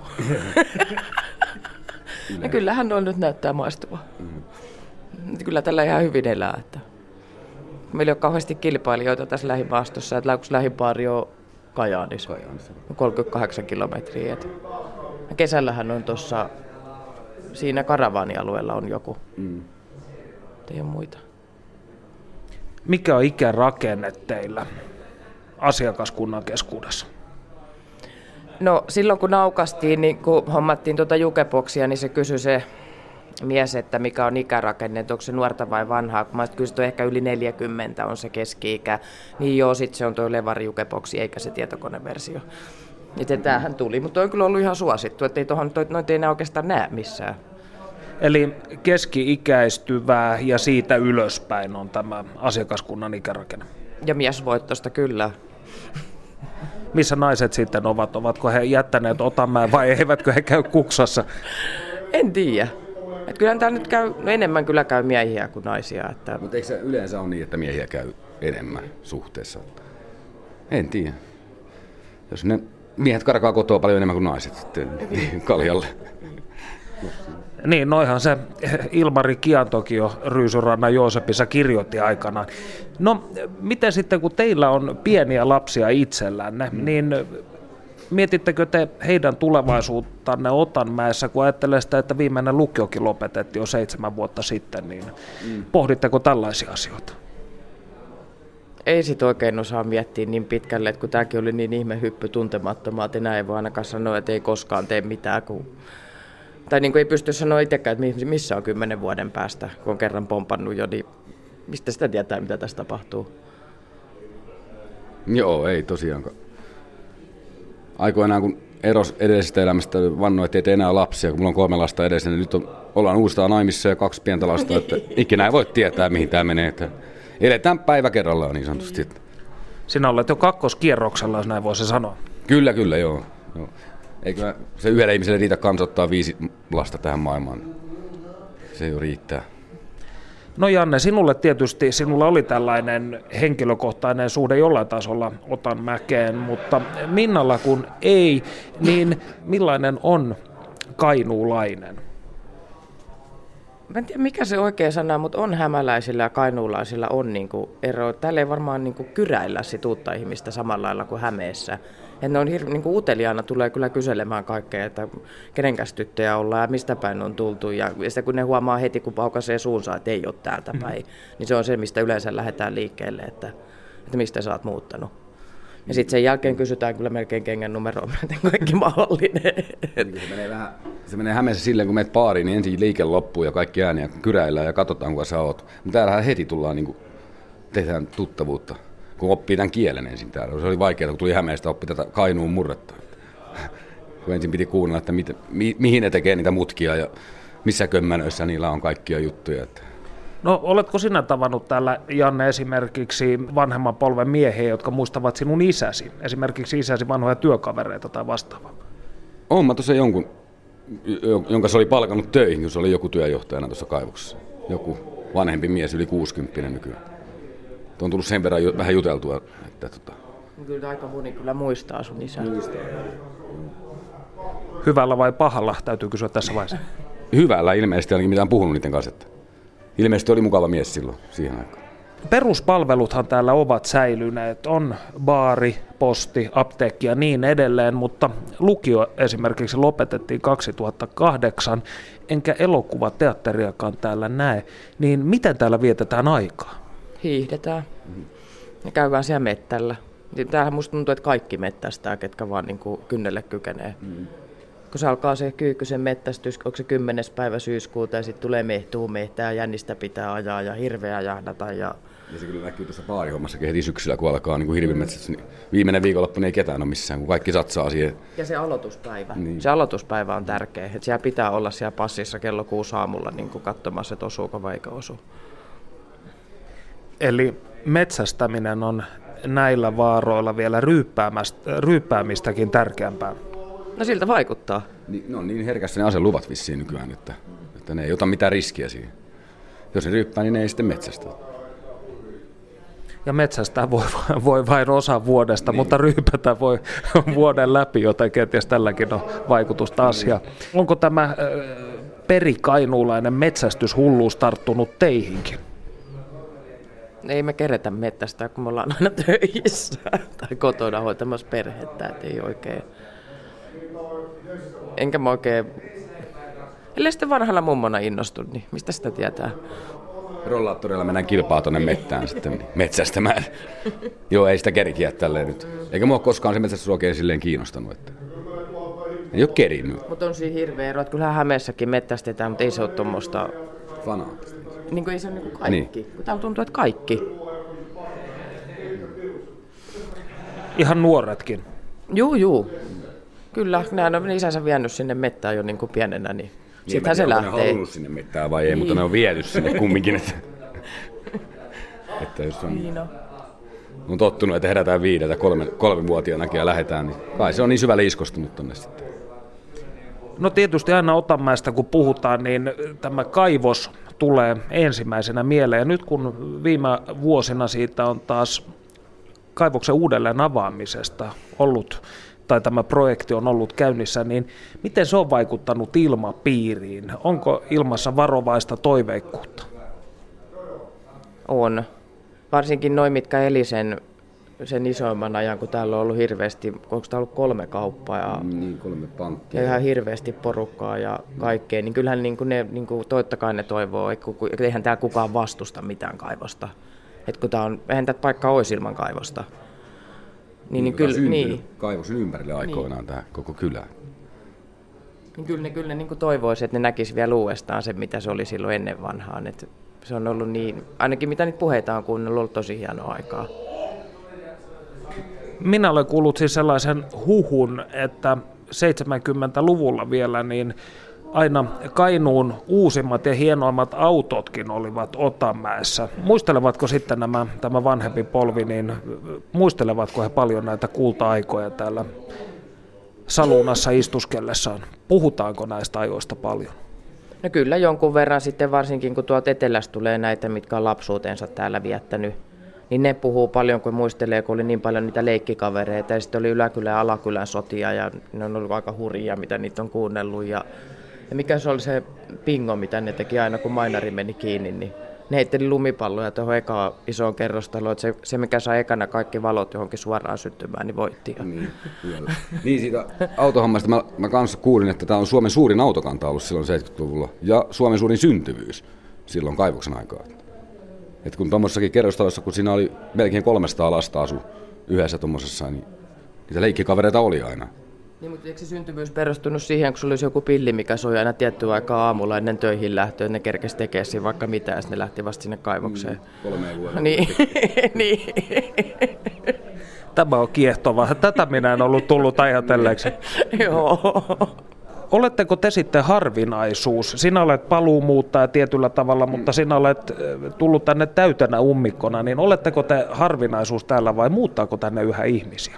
No kyllähän on nyt näyttää maistuva. Mm. Kyllä tällä ihan hyvin elää. Että meillä ei ole kauheasti kilpailijoita tässä lähimaastossa. Että kun lähipaari on Kajaanissa, Kajaanissa. kolmekymmentäkahdeksan kilometriä. Että kesällähän on tuossa siinä karavaanialueella on joku. Mm. Ei ole muita. Mikä on ikärakenne teillä asiakaskunnan keskuudessa? No silloin kun naukastiin, niin kun hommattiin tuota jukeboksia, niin se kysyi se mies, että mikä on ikärakenne, että onko se nuorta vai vanhaa. Kun mä olisin, kyllä se on ehkä yli neljäkymmentä on se keski-ikä. Niin joo, sitten se on tuo levari jukeboksi eikä se tietokoneversio. Joten tämähän tuli, mutta on kyllä ollut ihan suosittu, että ei tuohon, noita ei enää oikeastaan näe missään. Eli keski-ikäistyvää ja siitä ylöspäin on tämä asiakaskunnan ikärakenne. Ja miesvoittosta kyllä. Missä naiset sitten ovat? Ovatko he jättäneet Otanmäen vai eivätkö he käy Kuksassa? En tiedä. Et kyllähän täällä nyt käy, no enemmän kyllä käy miehiä kuin naisia. Että... Mutta eikö se yleensä ole niin, että miehiä käy enemmän suhteessa? En tiedä. Jos ne miehet karkaa kotoa paljon enemmän kuin naiset sitten kaljalle. Niin, noihan se Ilmari Kiantokin jo Ryysyrannan Joosepissa kirjoitti aikanaan. No, miten sitten, kun teillä on pieniä lapsia itsellänne, mm. niin mietittekö te heidän tulevaisuuttanne Otanmäessä, kun ajattelee sitä, että viimeinen lukiokin lopetettiin jo seitsemän vuotta sitten, niin mm. pohditteko tällaisia asioita? Ei sit oikein osaa miettiä niin pitkälle, että kun tämäkin oli niin ihme hyppy tuntemattomaa, että enää ei voi ainakaan sanoa, että ei koskaan tee mitään, kun... Tai niin kuin ei pysty sanoa itsekään, että missä on kymmenen vuoden päästä, kun on kerran pompannut jo, niin mistä sitä tietää, mitä tässä tapahtuu? Joo, ei tosiaankaan. Aikoinaan, kun eros edellisestä elämästä vannoi, että ei enää lapsia, kun mulla on kolme lasta edessä, niin nyt on, ollaan uudestaan naimissa ja kaksi pientä lasta, että ikinä ei voi tietää, mihin tämä menee. Että eletään päivä kerrallaan niin sanotusti. Sinä olet jo kakkoskierroksella, jos näin voisi sanoa. Kyllä, kyllä, joo. joo. Eikö se yhdelle ihmiselle riitä kans ottaa viisi lasta tähän maailmaan? Se jo riittää. No Janne, sinulle tietysti, sinulla oli tällainen henkilökohtainen suhde jollain tasolla Otanmäkeen, mutta Minnalla kun ei, niin millainen on kainuulainen? Mä en tiedä mikä se oikea sana, mutta on hämäläisillä ja kainuulaisilla on niinku ero. Täällä ei varmaan niinku kyräillä sit uutta ihmistä samalla lailla kuin Hämeessä. Et ne on hir- niinku uteliaana tulee kyllä kyselemään kaikkea, että kenenkäs tyttöjä ollaan ja mistä päin on tultu. Ja sitä kun ne huomaa heti, kun paukaisee suunsa, että ei ole täältä päin, mm. niin se on se, mistä yleensä lähdetään liikkeelle, että, että mistä sä oot muuttanut. Ja sitten sen jälkeen kysytään kyllä melkein kengän numeroa myöten kaikki mahdollinen. Se menee, vähän, se menee Hämeessä silleen, kun meet baariin, niin ensin liike loppuu ja kaikki ääniä kyräillään ja katsotaan, kuka sä oot. Mutta täällähän heti tullaan, niin kuin, tehdään tuttavuutta, kun oppii tämän kielen ensin täällä. Se oli vaikeaa, kun tuli Hämeestä, oppi tätä kainuun murretta. Kun ensin piti kuunnella, että mit, mi, mihin ne tekee niitä mutkia ja missä kömmänöissä niillä on kaikkia juttuja. Että. No oletko sinä tavannut täällä, Janne, esimerkiksi vanhemman polven miehiä, jotka muistavat sinun isäsi? Esimerkiksi isäsi vanhoja työkavereita tai vastaavaa? Olen mä tuossa jonkun, jonka se oli palkannut töihin, kun se oli joku työjohtajana tuossa kaivoksessa. Joku vanhempi mies, yli kuusikymppinen nykyään. On tullut sen verran ju- vähän juteltua. Että, tota... Kyllä aika moni kyllä muistaa sun isää. Hyvällä vai pahalla, täytyy kysyä tässä vaiheessa. Hyvällä ilmeisesti ainakin mitään puhunut niiden kanssa. Että ilmeisesti oli mukava mies silloin siihen aikaan. Peruspalveluthan täällä ovat säilyneet. On baari, posti, apteekki ja niin edelleen, mutta lukio esimerkiksi lopetettiin kaksituhattakahdeksan, enkä elokuvateatteriakaan täällä näe. Niin miten täällä vietetään aikaa? Hiihdetään ja käydään siellä mettällä. Täällähän musta tuntuu, että kaikki mettästää, ketkä vaan niin kuin kynnelle kykenee. Mm. Kun se alkaa se Kyykkysen mettästys, onko se kymmenes päivä syyskuuta ja sitten tulee mehtuu mehtää ja jännistä pitää ajaa ja hirveä jahdata. Ja... ja se kyllä näkyy tuossa baarihommassakin heti syksyllä, kun alkaa niin hirvimetsästys. Niin viimeinen viikonloppu ei ketään ole missään, kun kaikki satsaa siihen. Ja se aloituspäivä. Niin. Se aloituspäivä on tärkeä. Että siellä pitää olla siellä passissa kello kuusi aamulla niin kuin katsomassa, että osuuko vai eikö osu. Eli metsästäminen on näillä vaaroilla vielä ryyppäämistäkin tärkeämpää. No siltä vaikuttaa. Niin, ne on niin herkässä ne aseluvat vissiin nykyään, että, että ne ei ota mitään riskiä siihen. Jos ne ryyppää, niin ne ei sitten metsästä. Ja metsästää voi, voi vain osa vuodesta, niin. Mutta ryypätä voi vuoden läpi, joten kenties tälläkin on vaikutusta asiaan. Onko tämä äh, perikainuulainen metsästyshulluus tarttunut teihinkin? Ei me keretä metsästää, kun me ollaan aina töissä tai kotona hoitamassa perhettä, et ei oikein. Enkä mä oikein, ellei sitten vanhalla mummona innostu, niin mistä sitä tietää? Rollaattorilla mennään kilpaa tuonne mettään sitten metsästämään. Joo, ei sitä kerikiä tälleen nyt. Eikä mua koskaan se metsästys oikein silleen kiinnostanut, että ei ole kerinnyt. Mutta on siinä hirveä ero, että kyllähän Hämeessäkin mettästetään, mutta ei se ole tuommoista... Fanaattista. Niin kuin ei se ole niin kuin kaikki, niin. Kun täällä tuntuu, että kaikki. Ihan nuoretkin. Juu, juu. Kyllä, nämä on isänsä vienyt sinne mettään jo niin kuin pienenä, niin sittenhän se lähtee. Ne halunnut sinne mettään vai ei, niin. Mutta ne on viety sinne kumminkin. Että, että jos on, niin on. on tottunut, että herätään viideltä kolme, kolmivuotiaanakin ja lähdetään, niin kai se on niin syvälle iskostunut tonne sitten. No tietysti aina Otanmäestä kun puhutaan, niin tämä kaivos tulee ensimmäisenä mieleen. Ja nyt kun viime vuosina siitä on taas kaivoksen uudelleen avaamisesta ollut, tai tämä projekti on ollut käynnissä, niin miten se on vaikuttanut ilmapiiriin? Onko ilmassa varovaista toiveikkuutta? On. Varsinkin noin, mitkä eli sen, sen isoimman ajan, kun täällä on ollut hirveästi, onko täällä ollut kolme kauppaa ja, niin, kolme pankkia. Ja ihan hirveästi porukkaa ja kaikkea, niin kyllähän niin kuin ne, niin kuin toittakai ne toivoo, eihän täällä kukaan vastusta mitään kaivosta. Että kun tää on, eihän tätä paikkaa olisi ilman kaivosta. Niin, niin, kyllä, niin. Kaivoksen ympärille aikoinaan niin. Tämä koko kylä. Niin kyllä ne, kyllä ne niin toivoisi, että ne näkisi vielä uudestaan sen, mitä se oli silloin ennen vanhaan. Että se on ollut niin, ainakin mitä niitä puheita on kuunnellut, on ollut tosi hienoa aikaa. Minä olen kuullut siis sellaisen huhun, että seitsemänkymmentäluvulla vielä niin aina Kainuun uusimmat ja hienoimmat autotkin olivat Otanmäessä. Muistelevatko sitten nämä, tämä vanhempi polvi, niin muistelevatko he paljon näitä kulta-aikoja täällä saluunassa istuskellessaan? Puhutaanko näistä ajoista paljon? No kyllä jonkun verran sitten, varsinkin kun tuolta etelästä tulee näitä, mitkä on lapsuutensa täällä viettänyt. Niin ne puhuu paljon, kun muistelee, kun oli niin paljon niitä leikkikavereita. Ja sitten oli Yläkylän ja Alakylän sotia ja ne on ollut aika hurjia, mitä niitä on kuunnellut. Ja, ja mikä se oli se pingo, mitä ne teki aina, kun mainari meni kiinni. Niin ne heitteli lumipalloja tuohon ekaan isoon kerrostaloon. Että se, se, mikä sai ekana kaikki valot johonkin suoraan syttymään, niin voitti. Niin, niin siitä autohommasta mä, mä kanssa kuulin, että tämä on Suomen suurin autokanta ollut silloin seitsemänkymmentäluvulla. Ja Suomen suurin syntyvyys silloin kaivoksen aikaa. Et kun tuommoisessakin kerrostalossa, kun siinä oli melkein kolmesataa lasta asu yhdessä tuommoisessa, niin niitä leikkikavereita oli aina. Niin, mutta eikö se syntyvyys perustunut siihen, kun sulla olisi joku pilli, mikä soi aina tiettyä aikaa aamulla ennen töihin lähtöä, että ne kerkesi tekemään siinä vaikka mitä, ja ne lähti vasta sinne kaivokseen. Mm, kolmeen vuoteen. Niin. niin. Tämä on kiehtovaa. Tätä minä en ollut tullut ajatelleeksi. Joo. Oletteko te sitten harvinaisuus? Sinä olet paluumuuttaja tietyllä tavalla, mutta sinä olet tullut tänne täytänä ummikkona, niin oletteko te harvinaisuus täällä vai muuttaako tänne yhä ihmisiä?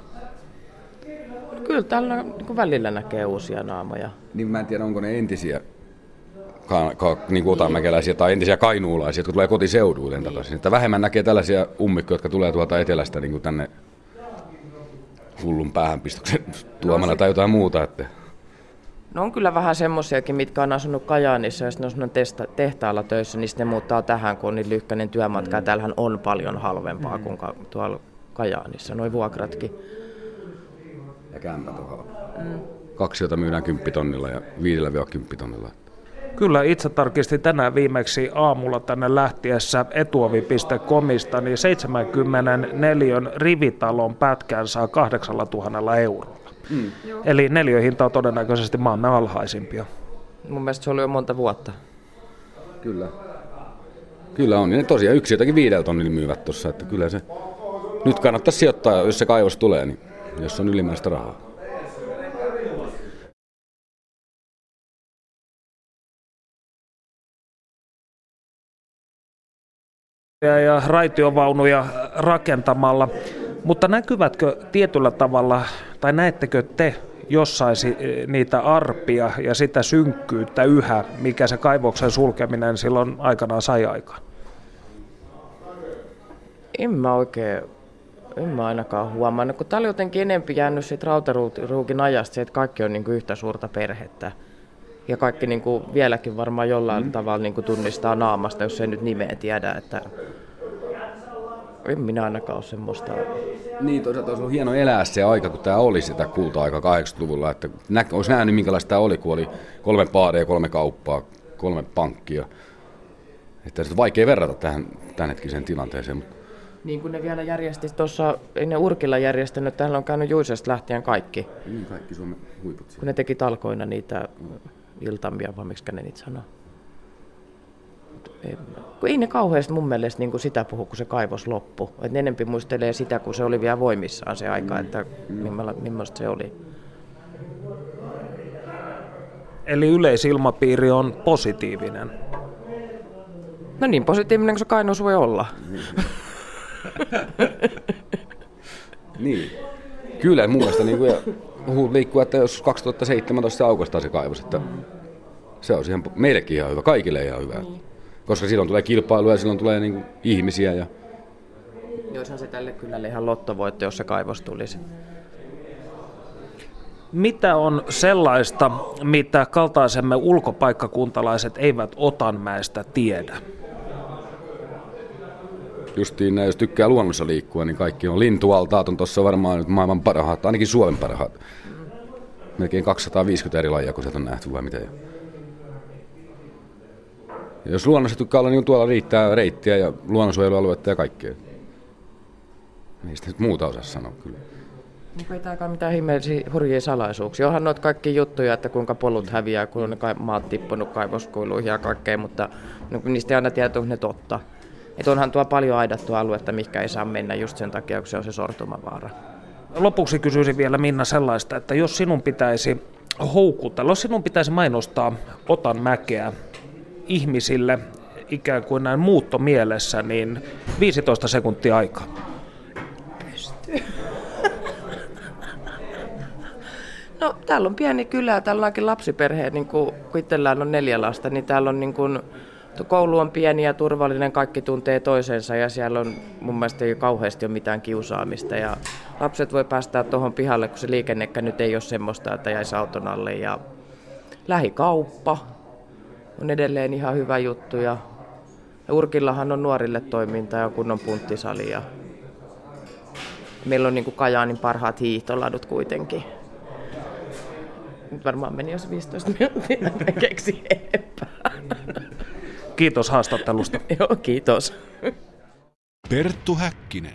Kyllä täällä niin välillä näkee uusia naamoja. Niin mä en tiedä, onko ne entisiä ka, ka, niin kuin otanmäkeläisiä tai entisiä kainuulaisia, jotka tulee kotiseuduilleen takaisin. Että vähemmän näkee tällaisia ummikkoja, jotka tulee tuolta etelästä niin kuin tänne hullun päähänpistoksen tuomana tai jotain muuta. Että. No on kyllä vähän semmoisiakin, mitkä on asunut Kajaanissa, jos ne on semmoinen tehtaalla töissä, niin sitten ne muuttaa tähän, kun on niin lyhkäinen työmatka. Ja täällähän on paljon halvempaa mm. kuin tuolla Kajaanissa, noi vuokratkin. Ja kämpät on halvempaa. Mm. Kaksi, jota myydään kymppitonnilla ja viidellä kymppitonnilla. Kyllä, itse tarkistin tänään viimeksi aamulla tänne lähtiessä etuovi piste comista, niin seitsemänkymmentäneljä rivitalon pätkän saa kahdeksallatuhannella eurolla. Mm. Eli neliöhinta on todennäköisesti maamme alhaisimpia. Mun mielestä se oli jo monta vuotta. Kyllä. Kyllä on. Ja tosiaan yksi jotakin viidellä tonnilla myyvät tuossa, että kyllä se nyt kannattaa sijoittaa, jos se kaivos tulee, niin jos on ylimääräistä rahaa. Ja raitiovaunuja rakentamalla, mutta näkyvätkö tietyllä tavalla, tai näettekö te jossain niitä arpia ja sitä synkkyyttä yhä, mikä se kaivoksen sulkeminen silloin aikanaan sai aikaan? En mä oikein, en mä ainakaan huomannut, kun tää oli jotenkin enempi jäänyt siitä rautaruukin ajasta, se, että kaikki on niin kuin yhtä suurta perhettä. Ja kaikki niin kuin vieläkin varmaan jollain mm. tavalla niin kuin tunnistaa naamasta, jos ei nyt nimeä tiedä, että en minä ainakaan ole semmoista. Niin, toisaalta olisi ollut hieno elää se aika, kun tämä oli sitä kulta-aika kahdeksankymmentäluvulla, että nä- olisi nähnyt minkälaista tämä oli, kun oli kolme baaria, kolme kauppaa, kolme pankkia. Että se on vaikea verrata tähän tämänhetkiseen tilanteeseen. Niin kuin ne vielä järjesti tuossa, ei ne Urkilla järjestänyt, täällä on käynyt Juisesta lähtien kaikki. Niin, kaikki Suomen huiput. Kun ne teki talkoina niitä iltamia, vai miksi ne niitä sanoo. Ei, ei ne kauheasti mun mielestä niin kuin sitä puhu, kun se kaivos loppui. Et ne enempi muistelee sitä, kun se oli vielä voimissaan se aika, mm. että millaista se oli. Eli yleisilmapiiri on positiivinen. No niin positiivinen kuin se Kainuus voi olla. Niin. Kyllä, mun mielestä niin kuin, ja huut liikkuu, että jos kaksituhattaseitsemäntoista se aukastaa se kaivos, että se on ihan, meillekin ihan hyvä, kaikille ihan hyvä. Niin. Koska silloin tulee kilpailuja ja silloin tulee niin kuin ihmisiä. Ja Joissain se tälle kylälle ihan lottovoitto, jos se kaivos tulisi. Mitä on sellaista, mitä kaltaisemme ulkopaikkakuntalaiset eivät Otanmäestä tiedä? Justiin jos tykkää luonnossa liikkua, niin kaikki on lintualtaat on tuossa varmaan nyt maailman parhaat, ainakin Suomen parhaat. Melkein kaksisataaviisikymmentä eri lajia, kun sieltä on nähty vai mitä. Ja jos luonnossa tykkää olla, niin tuolla riittää reittiä ja luonnonsuojelualuetta ja kaikkea. Ei sitä nyt muuta osaa sanoa kyllä. Niin ei tämäkään mitään ihmeellisiä hurjia salaisuuksia. Onhan noita kaikki juttuja, että kuinka polut häviää, kun on ne maat tippunut kaivoskuiluihin ja kaikkea, mutta no, niistä ei aina tiedä, onko ne totta. Et onhan tuo paljon aidattua aluetta, mikä ei saa mennä just sen takia, kun se on se sortumavaara. Lopuksi kysyisin vielä Minna sellaista, että jos sinun pitäisi houkutella, jos sinun pitäisi mainostaa Otanmäkeä ihmisille ikään kuin näin muuttomielessä, niin viisitoista sekuntia aikaa. Pystyy. No täällä on pieni kylä, täällä onkin lapsiperhe, niin kun itsellään on neljä lasta, niin täällä on niin kun, koulu on pieni ja turvallinen, kaikki tuntee toisensa ja siellä on mun mielestä ei kauheasti ole mitään kiusaamista ja lapset voi päästää tuohon pihalle, kun se liikennekkä nyt ei ole semmoista, että jäisi auton alle ja lähikauppa on edelleen ihan hyvä juttu ja Urkillahan on nuorille toimintaa ja kunnon punttisali ja meillä on niin kuin Kajaanin parhaat hiihtoladut kuitenkin. Nyt varmaan meni jos viisitoista minuuttia, en keksi enempää. Kiitos haastattelusta. Joo, kiitos. Perttu Häkkinen.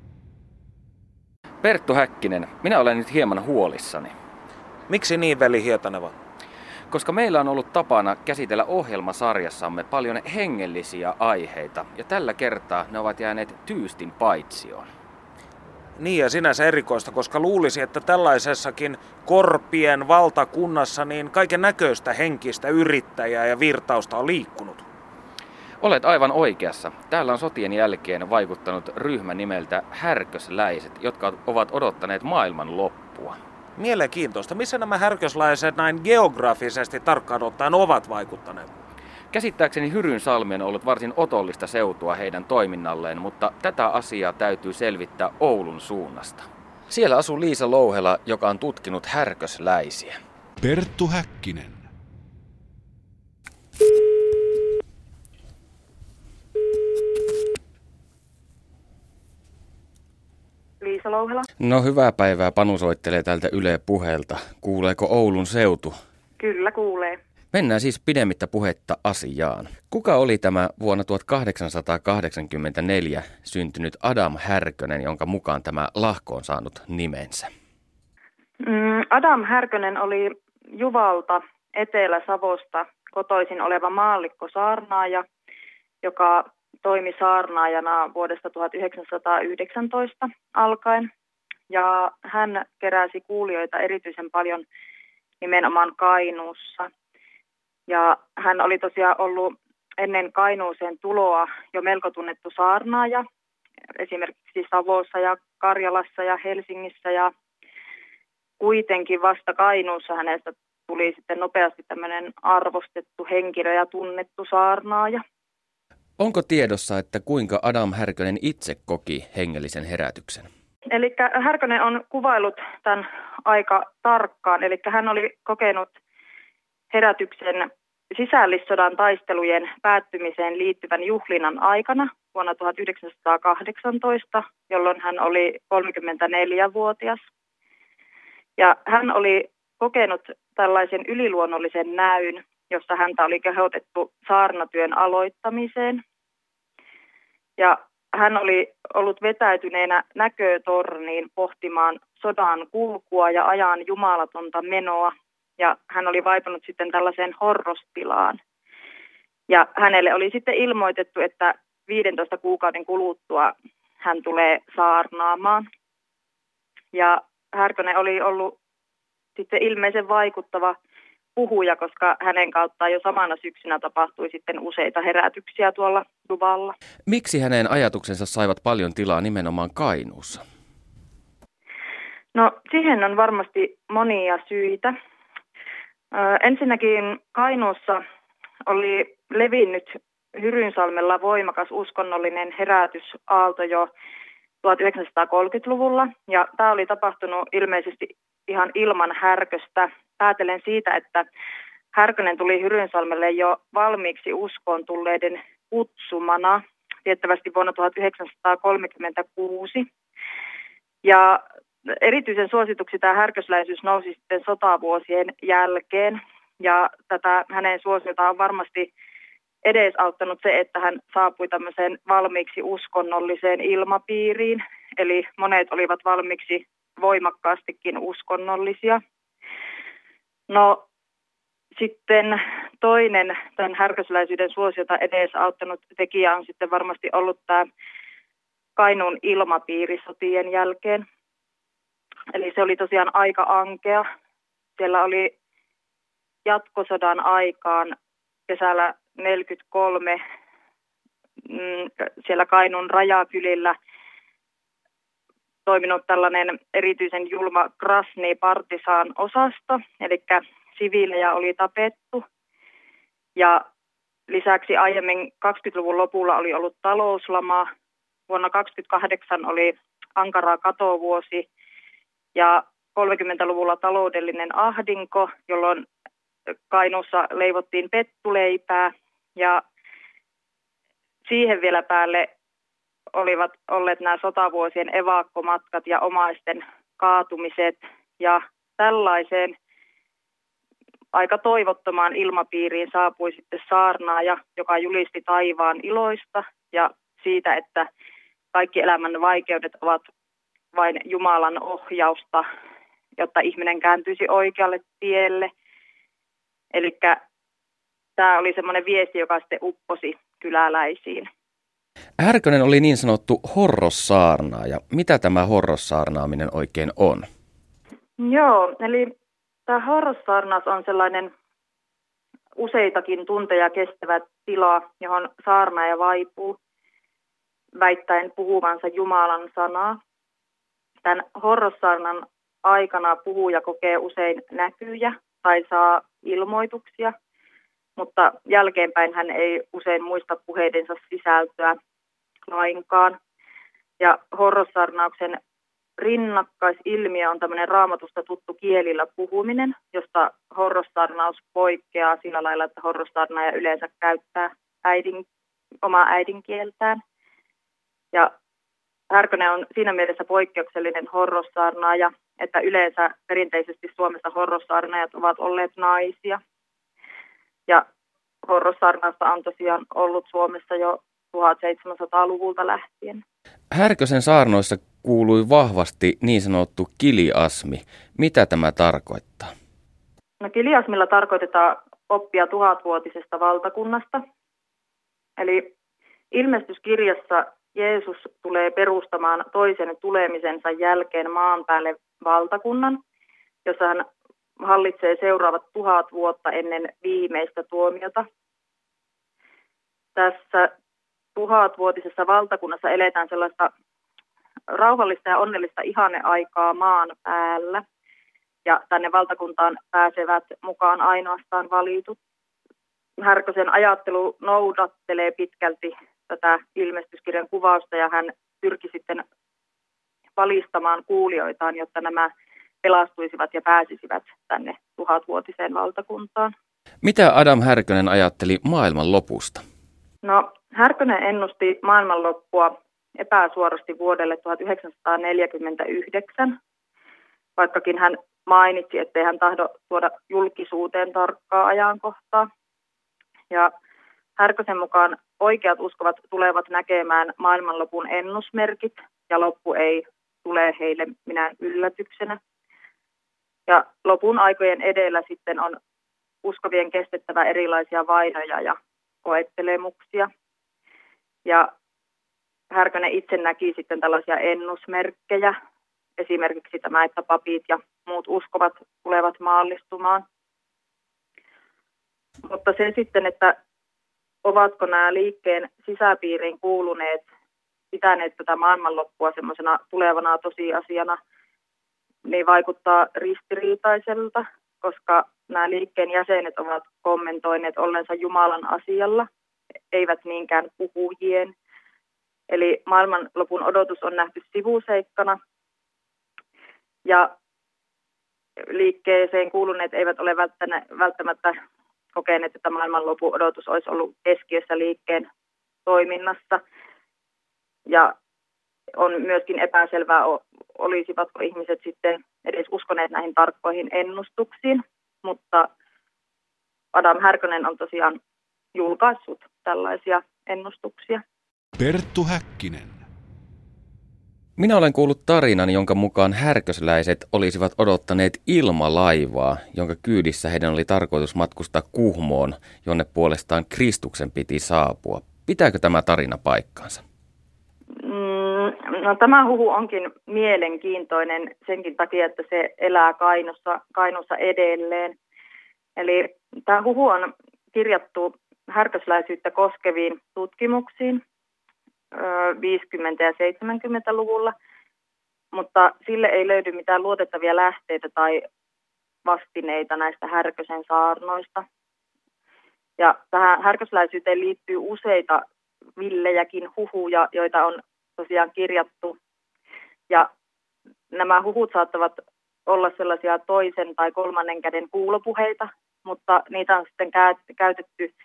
Perttu Häkkinen, minä olen nyt hieman huolissani. Miksi niin, veli Hietaneva? Koska meillä on ollut tapana käsitellä ohjelmasarjassamme paljon hengellisiä aiheita, ja tällä kertaa ne ovat jääneet tyystin paitsioon. Niin ja sinänsä erikoista, koska luulisi, että tällaisessakin korpien valtakunnassa niin kaiken näköistä henkistä yrittäjää ja virtausta on liikkunut. Olet aivan oikeassa. Täällä on sotien jälkeen vaikuttanut ryhmä nimeltä Härkösläiset, jotka ovat odottaneet maailman loppua. Mielenkiintoista. Missä nämä härkösläiset näin geografisesti tarkkaan ottaen ovat vaikuttaneet? Käsittääkseni Hyrynsalmi on ollut varsin otollista seutua heidän toiminnalleen, mutta tätä asiaa täytyy selvittää Oulun suunnasta. Siellä asuu Liisa Louhela, joka on tutkinut härkösläisiä. Perttu Häkkinen. Liisa Louhela. No hyvää päivää, Panu soittelee täältä Yle Puheelta. Kuuleeko Oulun seutu? Kyllä kuulee. Mennään siis pidemmittä puhetta asiaan. Kuka oli tämä vuonna tuhatkahdeksansataakahdeksankymmentäneljä syntynyt Adam Härkönen, jonka mukaan tämä lahko on saanut nimensä? Adam Härkönen oli Juvalta Etelä-Savosta kotoisin oleva maallikko saarnaaja, joka toimi saarnaajana vuodesta tuhatyhdeksänsataayhdeksäntoista alkaen. Ja hän keräsi kuulijoita erityisen paljon nimenomaan Kainuussa. Ja hän oli tosiaan ollut ennen Kainuuseen tuloa jo melko tunnettu saarnaaja, esimerkiksi Savossa ja Karjalassa ja Helsingissä. Ja kuitenkin vasta Kainuussa hänestä tuli sitten nopeasti tämmöinen arvostettu henkilö ja tunnettu saarnaaja. Onko tiedossa, että kuinka Adam Härkönen itse koki hengellisen herätyksen? Eli Härkönen on kuvaillut tämän aika tarkkaan, eli hän oli kokenut herätyksen sisällissodan taistelujen päättymiseen liittyvän juhlinnan aikana vuonna tuhatyhdeksänsataakahdeksantoista, jolloin hän oli kolmekymmentäneljävuotias. Ja hän oli kokenut tällaisen yliluonnollisen näyn, jossa häntä oli kehotettu saarnatyön aloittamiseen. Ja hän oli ollut vetäytyneenä näkötorniin pohtimaan sodan kulkua ja ajan jumalatonta menoa. Ja hän oli vaipunut sitten tällaiseen horrostilaan. Ja hänelle oli sitten ilmoitettu, että viidentoista kuukauden kuluttua hän tulee saarnaamaan. Ja Härkönen oli ollut sitten ilmeisen vaikuttava puhuja, koska hänen kauttaan jo samana syksynä tapahtui sitten useita herätyksiä tuolla Juvalla. Miksi hänen ajatuksensa saivat paljon tilaa nimenomaan Kainuussa? No siihen on varmasti monia syitä. Ö, ensinnäkin Kainuussa oli levinnyt Hyrynsalmella voimakas uskonnollinen herätysaalto jo tuhatyhdeksänsataakolmekymmentäluvulla, ja tämä oli tapahtunut ilmeisesti ihan ilman Härköstä. Päätellen siitä, että Härkönen tuli Hyrynsalmelle jo valmiiksi uskoon tulleiden kutsumana, tiettävästi vuonna tuhatyhdeksänsataakolmekymmentäkuusi. Ja erityisen suosituksi tämä härkösläisyys nousi sitten sotavuosien jälkeen, ja tätä hänen suosiota on varmasti edesauttanut se, että hän saapui tämmöiseen valmiiksi uskonnolliseen ilmapiiriin, eli monet olivat valmiiksi voimakkaastikin uskonnollisia. No sitten toinen tämän härkösläisyyden suosiota edesauttanut tekijä on sitten varmasti ollut tämä Kainuun ilmapiiri sotien jälkeen. Eli se oli tosiaan aika ankea. Siellä oli jatkosodan aikaan kesällä neljäkymmentäkolme siellä Kainuun rajakylillä toiminut tällainen erityisen julma Krasni-partisaan osasto, eli siviilejä oli tapettu. Ja lisäksi aiemmin kaksikymmentäluvun lopulla oli ollut talouslama. Vuonna kaksikymmentäkahdeksan oli ankara katovuosi ja kolmekymmentäluvulla taloudellinen ahdinko, jolloin Kainuussa leivottiin pettuleipää, ja siihen vielä päälle olivat olleet nämä sotavuosien evakkomatkat ja omaisten kaatumiset, ja tällaiseen aika toivottomaan ilmapiiriin saapui sitten saarnaaja, joka julisti taivaan iloista ja siitä, että kaikki elämän vaikeudet ovat vain Jumalan ohjausta, jotta ihminen kääntyisi oikealle tielle. Eli tämä oli semmoinen viesti, joka sitten upposi kyläläisiin. Härkönen oli niin sanottu horrossaarnaaja. Mitä tämä horrossaarnaaminen oikein on? Joo, eli tämä horrossaarnaus on sellainen useitakin tunteja kestävä tila, johon saarnaaja vaipuu väittäen puhuvansa Jumalan sanaa. Tämän horrossaarnan aikana puhuja kokee usein näkyjä tai saa ilmoituksia. mutta jälkeenpäin hän ei usein muista puheidensa sisältöä lainkaan. Ja horrossarnauksen rinnakkaisilmiö on tämmöinen Raamatusta tuttu kielillä puhuminen, josta horrossarnaus poikkeaa sillä lailla, että horrossarnaaja yleensä käyttää äidin, omaa äidinkieltään. Ja Härkönen on siinä mielessä poikkeuksellinen horrossarnaaja, että yleensä perinteisesti Suomessa horrossarnaajat ovat olleet naisia. Ja horrossarnausta on tosiaan ollut Suomessa jo tuhatseitsemänsataaluvulta lähtien. Härkösen saarnoissa kuului vahvasti niin sanottu kiliasmi. Mitä tämä tarkoittaa? No, kiliasmilla tarkoitetaan oppia tuhatvuotisesta valtakunnasta. Eli ilmestyskirjassa Jeesus tulee perustamaan toisen tulemisensa jälkeen maan päälle valtakunnan, jossa hän hallitsee seuraavat tuhat vuotta ennen viimeistä tuomiota. Tässä tuhatvuotisessa valtakunnassa eletään sellaista rauhallista ja onnellista ihanneaikaa maan päällä. Ja tänne valtakuntaan pääsevät mukaan ainoastaan valitut. Härkösen ajattelu noudattelee pitkälti tätä ilmestyskirjan kuvausta ja hän pyrki sitten valistamaan kuulijoitaan, jotta nämä pelastuisivat ja pääsisivät tänne tuhatvuotiseen valtakuntaan. Mitä Adam Härkönen ajatteli maailman lopusta? No, Härkönen ennusti maailmanloppua epäsuorasti vuodelle tuhatyhdeksänsataaneljäkymmentäyhdeksän, vaikkakin hän mainitsi, ettei hän tahdo tuoda julkisuuteen tarkkaa ajankohtaa. Ja Härkösen mukaan oikeat uskovat tulevat näkemään maailmanlopun ennusmerkit ja loppu ei tule heille minään yllätyksenä. Ja lopun aikojen edellä sitten on uskovien kestettävä erilaisia vainoja ja koettelemuksia. Ja Härkönen itse näki sitten tällaisia ennusmerkkejä, esimerkiksi tämä, että papit ja muut uskovat tulevat maallistumaan. Mutta se sitten, että ovatko nämä liikkeen sisäpiiriin kuuluneet, pitäneet tätä maailmanloppua semmoisena tulevana tosiasiana, niin vaikuttaa ristiriitaiselta, koska nämä liikkeen jäsenet ovat kommentoineet ollensa Jumalan asialla, eivät niinkään puhujien. Eli maailmanlopun odotus on nähty sivuseikkana, ja liikkeeseen kuuluneet eivät ole välttämättä kokeneet, että maailmanlopun odotus olisi ollut keskiössä liikkeen toiminnassa. Ja on myöskin epäselvää, olisivatko ihmiset sitten edes uskoneet näihin tarkkoihin ennustuksiin, mutta Adam Härkönen on tosiaan julkaissut tällaisia ennustuksia. Perttu Häkkinen. Minä olen kuullut tarinan, jonka mukaan härkösläiset olisivat odottaneet ilmalaivaa, jonka kyydissä heidän oli tarkoitus matkustaa Kuhmoon, jonne puolestaan Kristuksen piti saapua. Pitääkö tämä tarina paikkaansa? Mm, no, tämä huhu onkin mielenkiintoinen senkin takia, että se elää Kainussa, Kainussa edelleen. Eli tämä huhu on kirjattu härkösläisyyttä koskeviin tutkimuksiin viisikymmentä- ja seitsemänkymmentäluvulla, mutta sille ei löydy mitään luotettavia lähteitä tai vastineita näistä Härkösen saarnoista. Ja tähän härkösläisyyteen liittyy useita villejäkin huhuja, joita on tosiaan kirjattu. Ja nämä huhut saattavat olla sellaisia toisen tai kolmannen käden kuulopuheita, mutta niitä on sitten käytetty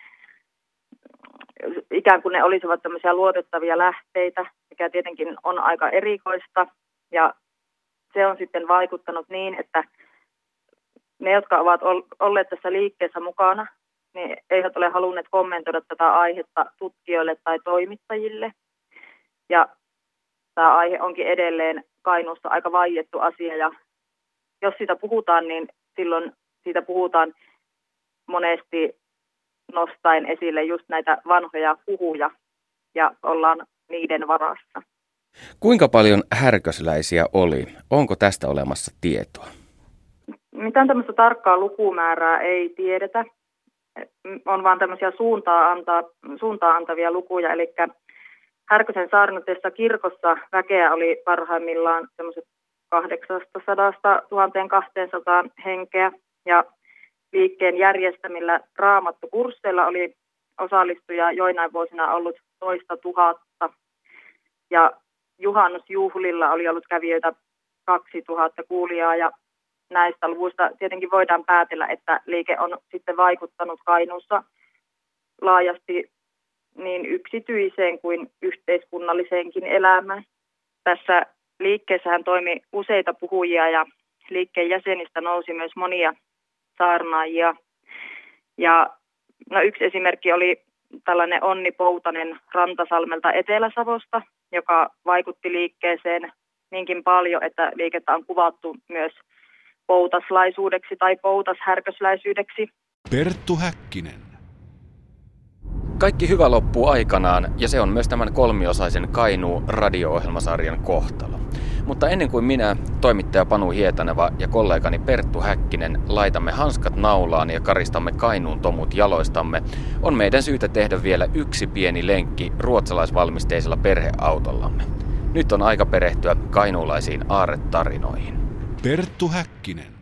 ikään kuin ne olisivat tämmöisiä luotettavia lähteitä, mikä tietenkin on aika erikoista. Ja se on sitten vaikuttanut niin, että ne, jotka ovat olleet tässä liikkeessä mukana, niin eivät ole halunneet kommentoida tätä aihetta tutkijoille tai toimittajille. Ja tämä aihe onkin edelleen Kainuussa aika vaiettu asia, ja jos siitä puhutaan, niin silloin siitä puhutaan monesti nostaen esille just näitä vanhoja huhuja ja ollaan niiden varassa. Kuinka paljon härkösläisiä oli? Onko tästä olemassa tietoa? Mitään tämmöistä tarkkaa lukumäärää ei tiedetä. On vaan tämmöisiä suuntaa, antaa, suuntaa antavia lukuja. Eli Härkösen saarnatessa kirkossa väkeä oli parhaimmillaan semmoiset kahdeksansataa tuhatta kaksisataa henkeä. Ja liikkeen järjestämillä raamattukursseilla oli osallistujia joinain vuosina ollut toista tuhatta ja juhannusjuhlilla oli ollut kävijöitä kaksituhatta kuulijaa ja näistä luvuista tietenkin voidaan päätellä, että liike on sitten vaikuttanut Kainuussa laajasti niin yksityiseen kuin yhteiskunnalliseenkin elämään. Tässä liikkeessähän toimi useita puhujia ja liikkeen jäsenistä nousi myös monia saarnaajia. Ja no, yksi esimerkki oli tällainen Onni Poutanen Rantasalmelta Etelä-Savosta, joka vaikutti liikkeeseen niinkin paljon, että liikettä on kuvattu myös poutaslaisuudeksi tai poutashärkösläisyydeksi. Perttu Häkkinen. Kaikki hyvä loppuu aikanaan, ja se on myös tämän kolmiosaisen Kainuu radio-ohjelmasarjan kohtalo. Mutta ennen kuin minä, toimittaja Panu Hietaneva ja kollegani Perttu Häkkinen laitamme hanskat naulaan ja karistamme Kainuun tomut jaloistamme, on meidän syytä tehdä vielä yksi pieni lenkki ruotsalaisvalmisteisella perheautollamme. Nyt on aika perehtyä kainuulaisiin aarretarinoihin. Perttu Häkkinen.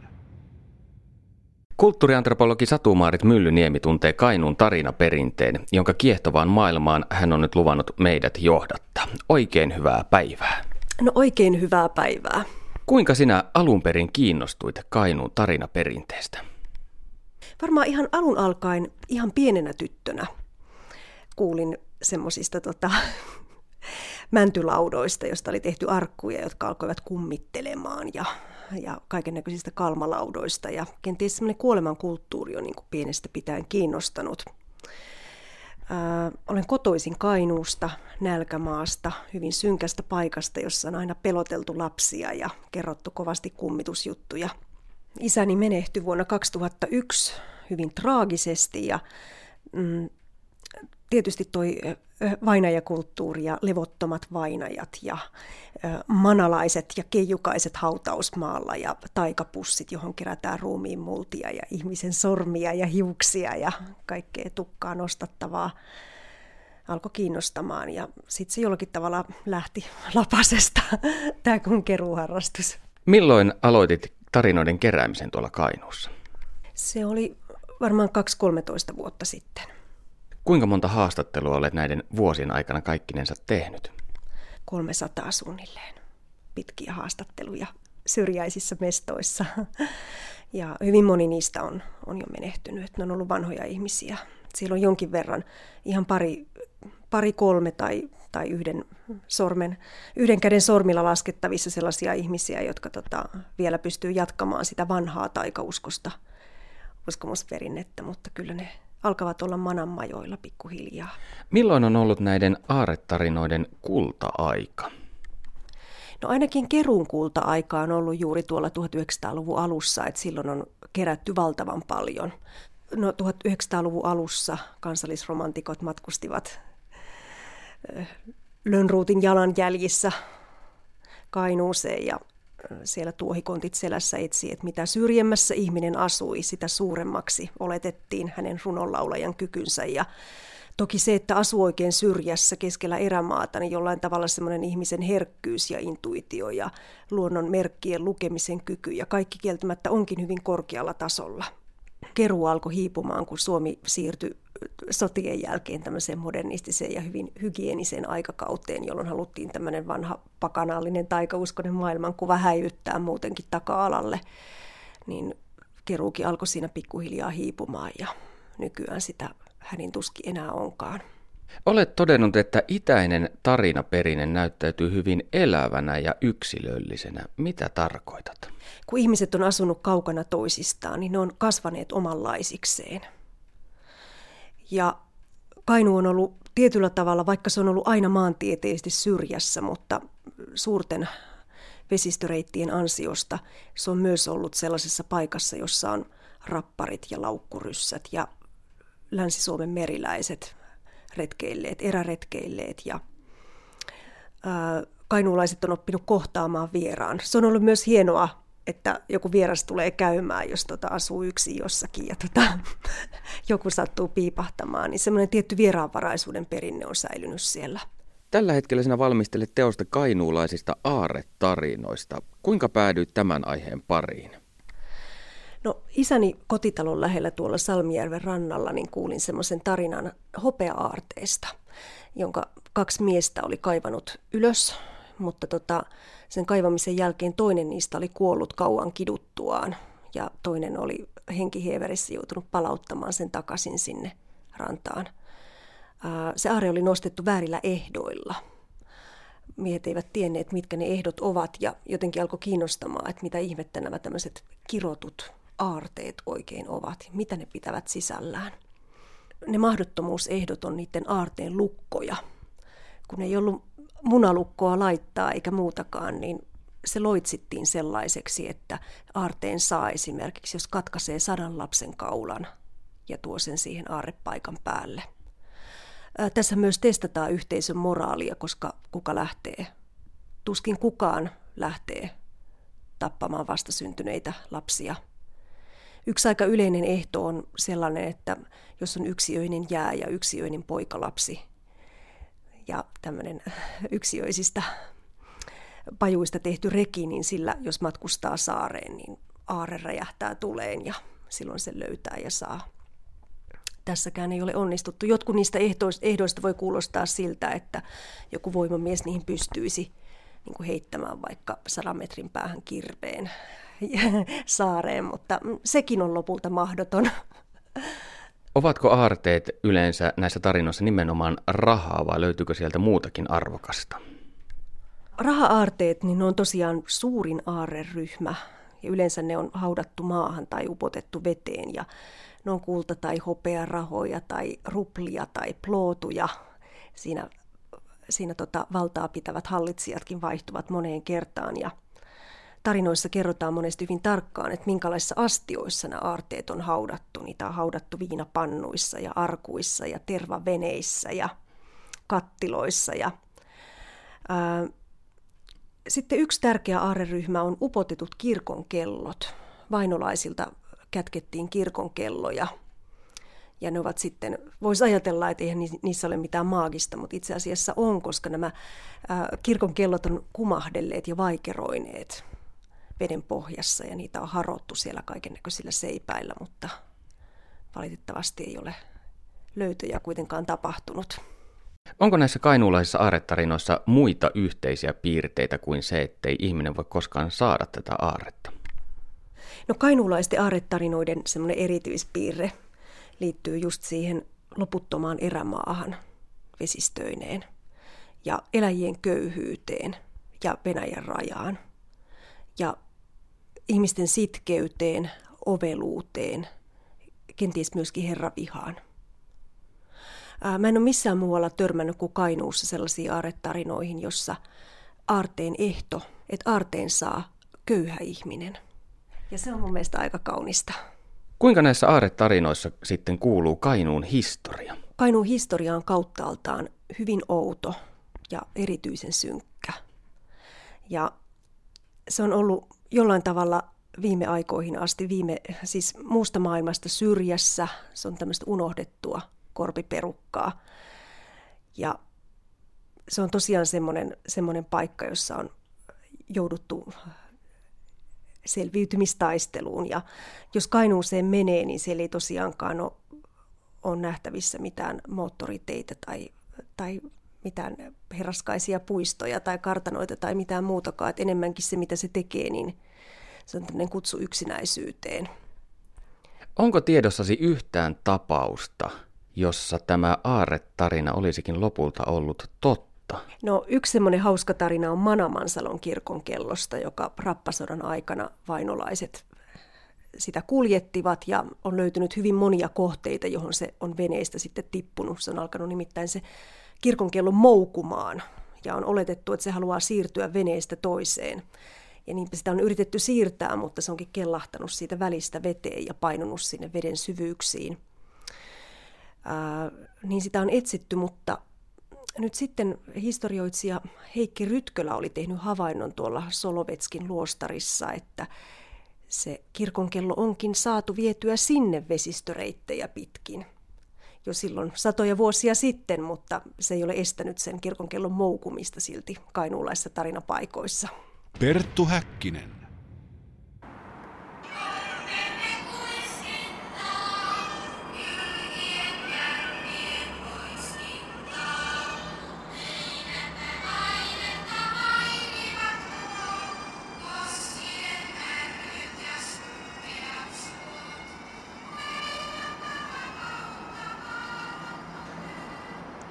Kulttuuriantropologi Satu-Maarit Myllyniemi tuntee Kainuun tarinaperinteen, jonka kiehtovaan maailmaan hän on nyt luvannut meidät johdattaa. Oikein hyvää päivää. No oikein hyvää päivää. Kuinka sinä alun perin kiinnostuit Kainuun tarinaperinteestä? Varmaan ihan alun alkaen, ihan pienenä tyttönä, kuulin semmoisista tota, mäntylaudoista, joista oli tehty arkkuja, jotka alkoivat kummittelemaan ja, ja kaikennäköisistä kalmalaudoista. Ja kenties semmoinen kuolemankulttuuri on niin kuin pienestä pitäen kiinnostanut. Ää, olen kotoisin Kainuusta, nälkämaasta, hyvin synkästä paikasta, jossa on aina peloteltu lapsia ja kerrottu kovasti kummitusjuttuja. Isäni menehtyi vuonna kaksituhattayksi hyvin traagisesti ja mm, tietysti toi vainajakulttuuri ja levottomat vainajat ja manalaiset ja keijukaiset hautausmaalla ja taikapussit, johon kerätään ruumiin multia ja ihmisen sormia ja hiuksia ja kaikkea tukkaa nostattavaa alkoi kiinnostamaan. Ja sitten se jollakin tavalla lähti lapasesta, tämä kun keruuharrastus. Milloin aloitit tarinoiden keräämisen tuolla Kainuussa? Se oli varmaan kaksi kolmetoista vuotta sitten. Kuinka monta haastattelua olet näiden vuosien aikana kaikkinensa tehnyt? kolmesataa suunnilleen. Pitkiä haastatteluja syrjäisissä mestoissa. Ja hyvin moni niistä on, on jo menehtynyt. Ne on ollut vanhoja ihmisiä. Siellä on jonkin verran ihan pari, pari kolme tai, tai yhden, sormen, yhden käden sormilla laskettavissa sellaisia ihmisiä, jotka tota, vielä pystyy jatkamaan sitä vanhaa taikauskosta uskomusperinnettä, mutta kyllä ne alkavat olla mananmajoilla pikkuhiljaa. Milloin on ollut näiden aarretarinoiden kulta-aika? No ainakin keruun kulta-aika on ollut juuri tuolla tuhatyhdeksänsataaluvun alussa, että silloin on kerätty valtavan paljon. No tuhatyhdeksänsataaluvun alussa kansallisromantikot matkustivat Lönnruutin jalanjäljissä Kainuuseen ja siellä tuohikontit selässä etsi, että mitä syrjemmässä ihminen asui, sitä suuremmaksi oletettiin hänen runonlaulajan kykynsä. Ja toki se, että asuu oikein syrjässä keskellä erämaata, niin jollain tavalla semmoinen ihmisen herkkyys ja intuitio ja luonnon merkkien lukemisen kyky ja kaikki kieltämättä onkin hyvin korkealla tasolla. Keruu alkoi hiipumaan, kun Suomi siirtyi sotien jälkeen tämmöiseen modernistiseen ja hyvin hygieniseen aikakauteen, jolloin haluttiin tämmöinen vanha pakanallinen taikauskoinen maailmankuva häivyttää muutenkin taka-alalle. Niin keruukin alkoi siinä pikkuhiljaa hiipumaan ja nykyään sitä hänin tuskin enää onkaan. Olet todennut, että itäinen tarinaperinne näyttäytyy hyvin elävänä ja yksilöllisenä. Mitä tarkoitat? Kun ihmiset on asunut kaukana toisistaan, niin ne on kasvaneet omanlaisikseen. Ja Kainuu on ollut tietyllä tavalla, vaikka se on ollut aina maantieteellisesti syrjässä, mutta suurten vesistöreittien ansiosta se on myös ollut sellaisessa paikassa, jossa on rapparit ja laukkuryssät ja Länsi-Suomen meriläiset retkeilleet, eräretkeilleet ja ää, kainuulaiset on oppinut kohtaamaan vieraan. Se on ollut myös hienoa, että joku vieras tulee käymään, jos tota asuu yksin jossakin ja tota, joku sattuu piipahtamaan, niin semmoinen tietty vieraanvaraisuuden perinne on säilynyt siellä. Tällä hetkellä sinä valmistelet teosta kainuulaisista aarretarinoista. Kuinka päädyit tämän aiheen pariin? No isäni kotitalon lähellä tuolla Salmijärven rannalla niin kuulin semmoisen tarinan hopea-aarteesta, jonka kaksi miestä oli kaivanut ylös, mutta tota, sen kaivamisen jälkeen toinen niistä oli kuollut kauan kiduttuaan ja toinen oli henkihieverissä joutunut palauttamaan sen takaisin sinne rantaan. Se aarre oli nostettu väärillä ehdoilla. Miehet eivät tienneet, mitkä ne ehdot ovat ja jotenkin alkoi kiinnostamaan, että mitä ihmettä nämä tämmöiset kirotut aarteet oikein ovat, mitä ne pitävät sisällään. Ne mahdottomuusehdot on niiden aarteen lukkoja. Kun ei ollut munalukkoa laittaa eikä muutakaan, niin se loitsittiin sellaiseksi, että aarteen saa esimerkiksi, jos katkaisee sadan lapsen kaulan ja tuo sen siihen aarrepaikan päälle. Ää, tässä myös testataan yhteisön moraalia, koska kuka lähtee? Tuskin kukaan lähtee tappamaan vastasyntyneitä lapsia. Yksi aika yleinen ehto on sellainen, että jos on yksiöinen jää ja yksiöinen poikalapsi ja tämmöinen yksiöisistä pajuista tehty reki, niin sillä jos matkustaa saareen, niin aarre räjähtää tuleen ja silloin se löytää ja saa. Tässäkään ei ole onnistuttu. Jotkut niistä ehdoista voi kuulostaa siltä, että joku voimamies niihin pystyisi niin kuin heittämään vaikka sadan metrin päähän kirveen saareen, mutta sekin on lopulta mahdoton. Ovatko aarteet yleensä näissä tarinoissa nimenomaan rahaa vai löytyykö sieltä muutakin arvokasta? Raha-aarteet niin ne on tosiaan suurin aarreryhmä ja yleensä ne on haudattu maahan tai upotettu veteen ja ne on kulta- tai hopearahoja tai ruplia tai plootuja. Siinä, siinä tota valtaa pitävät hallitsijatkin vaihtuvat moneen kertaan ja tarinoissa kerrotaan monesti hyvin tarkkaan, että minkälaisissa astioissa nämä aarteet on haudattu. Niitä on haudattu viinapannuissa ja arkuissa ja tervaveneissä ja kattiloissa. Ja, ää, sitten yksi tärkeä aarreryhmä on upotetut kirkonkellot. Vainolaisilta kätkettiin kirkonkelloja. Ja ne ovat sitten, voisi ajatella, että eihän niissä ole mitään maagista, mutta itse asiassa on, koska nämä ää, kirkonkellot on kumahdelleet ja vaikeroineet veden pohjassa ja niitä on harottu siellä kaikennäköisillä seipäillä, mutta valitettavasti ei ole löytöjä kuitenkaan tapahtunut. Onko näissä kainuulaisissa aarretarinoissa muita yhteisiä piirteitä kuin se, ettei ihminen voi koskaan saada tätä aarretta? No kainuulaisten aarretarinoiden semmoinen erityispiirre liittyy just siihen loputtomaan erämaahan vesistöineen ja eläjien köyhyyteen ja Venäjän rajaan ja ihmisten sitkeyteen, oveluuteen, kenties myöskin herravihaan. Mä en ole missään muualla törmännyt kuin Kainuussa sellaisiin aarretarinoihin, jossa aarteen ehto, että aarteen saa köyhä ihminen. Ja se on mun mielestä aika kaunista. Kuinka näissä aarretarinoissa sitten kuuluu Kainuun historia? Kainuun historia on kauttaaltaan hyvin outo ja erityisen synkkä. Ja se on ollut jollain tavalla viime aikoihin asti, viime, siis muusta maailmasta syrjässä. Se on tämmöistä unohdettua korpiperukkaa. Ja se on tosiaan semmoinen, semmoinen paikka, jossa on jouduttu selviytymistaisteluun. Ja jos Kainuuseen menee, niin siellä ei tosiaankaan ole, ole nähtävissä mitään moottoriteitä tai, tai mitään herraskaisia puistoja tai kartanoita tai mitään muutakaan. Et enemmänkin se, mitä se tekee, niin se on tämmöinen kutsu yksinäisyyteen. Onko tiedossasi yhtään tapausta, jossa tämä aarretarina olisikin lopulta ollut totta? No yksi semmoinen hauska tarina on Manamansalon kirkonkellosta, joka rappasodan aikana vainolaiset sitä kuljettivat ja on löytynyt hyvin monia kohteita, johon se on veneestä sitten tippunut. Se on alkanut nimittäin se kirkonkello moukumaan ja on oletettu, että se haluaa siirtyä veneestä toiseen. Ja niinpä sitä on yritetty siirtää, mutta se onkin kellahtanut siitä välistä veteen ja painunut sinne veden syvyyksiin. Ää, niin sitä on etsitty, mutta nyt sitten historioitsija Heikki Rytkölä oli tehnyt havainnon tuolla Solovetskin luostarissa, että se kirkonkello onkin saatu vietyä sinne vesistöreittejä pitkin. Jo silloin satoja vuosia sitten, mutta se ei ole estänyt sen kirkonkellon moukumista silti kainuulaisissa tarinapaikoissa. Perttu Häkkinen.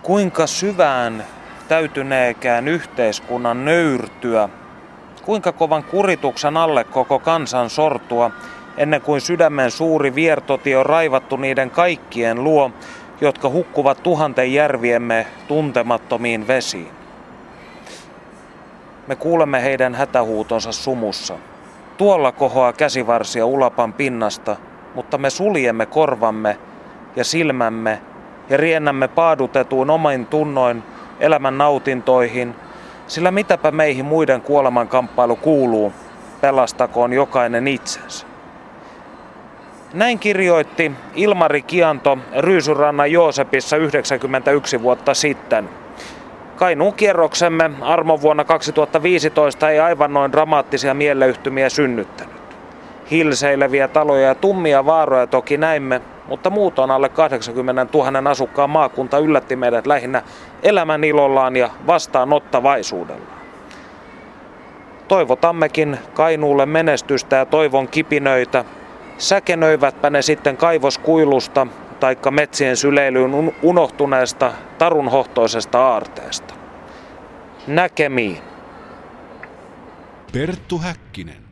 Kuinka syvään täytyneekään yhteiskunnan nöyrtyä, kuinka kovan kurituksen alle koko kansan sortua, ennen kuin sydämen suuri viertotie on raivattu niiden kaikkien luo, jotka hukkuvat tuhanten järviemme tuntemattomiin vesiin. Me kuulemme heidän hätähuutonsa sumussa. Tuolla kohoaa käsivarsia Ulapan pinnasta, mutta me suljemme korvamme ja silmämme ja riennämme paadutetuin omin tunnoin elämän nautintoihin, sillä mitäpä meihin muiden kuolemankamppailu kuuluu, pelastakoon jokainen itsensä. Näin kirjoitti Ilmari Kianto Ryysyrannan Joosepissa yhdeksänkymmentäyksi vuotta sitten. Kainuun kierroksemme armon vuonna kaksituhattaviisitoista ei aivan noin dramaattisia mieleyhtymiä synnyttänyt. Hilseileviä taloja ja tummia vaaroja toki näimme, mutta muutoin alle kahdeksankymmentätuhatta asukkaan maakunta yllätti meidät lähinnä elämän ilollaan ja vastaanottavaisuudellaan. Toivotammekin Kainuulle menestystä ja toivon kipinöitä, säkenöivätpä ne sitten kaivoskuilusta taikka metsien syleilyyn unohtuneesta tarunhohtoisesta aarteesta. Näkemiin. Perttu Häkkinen.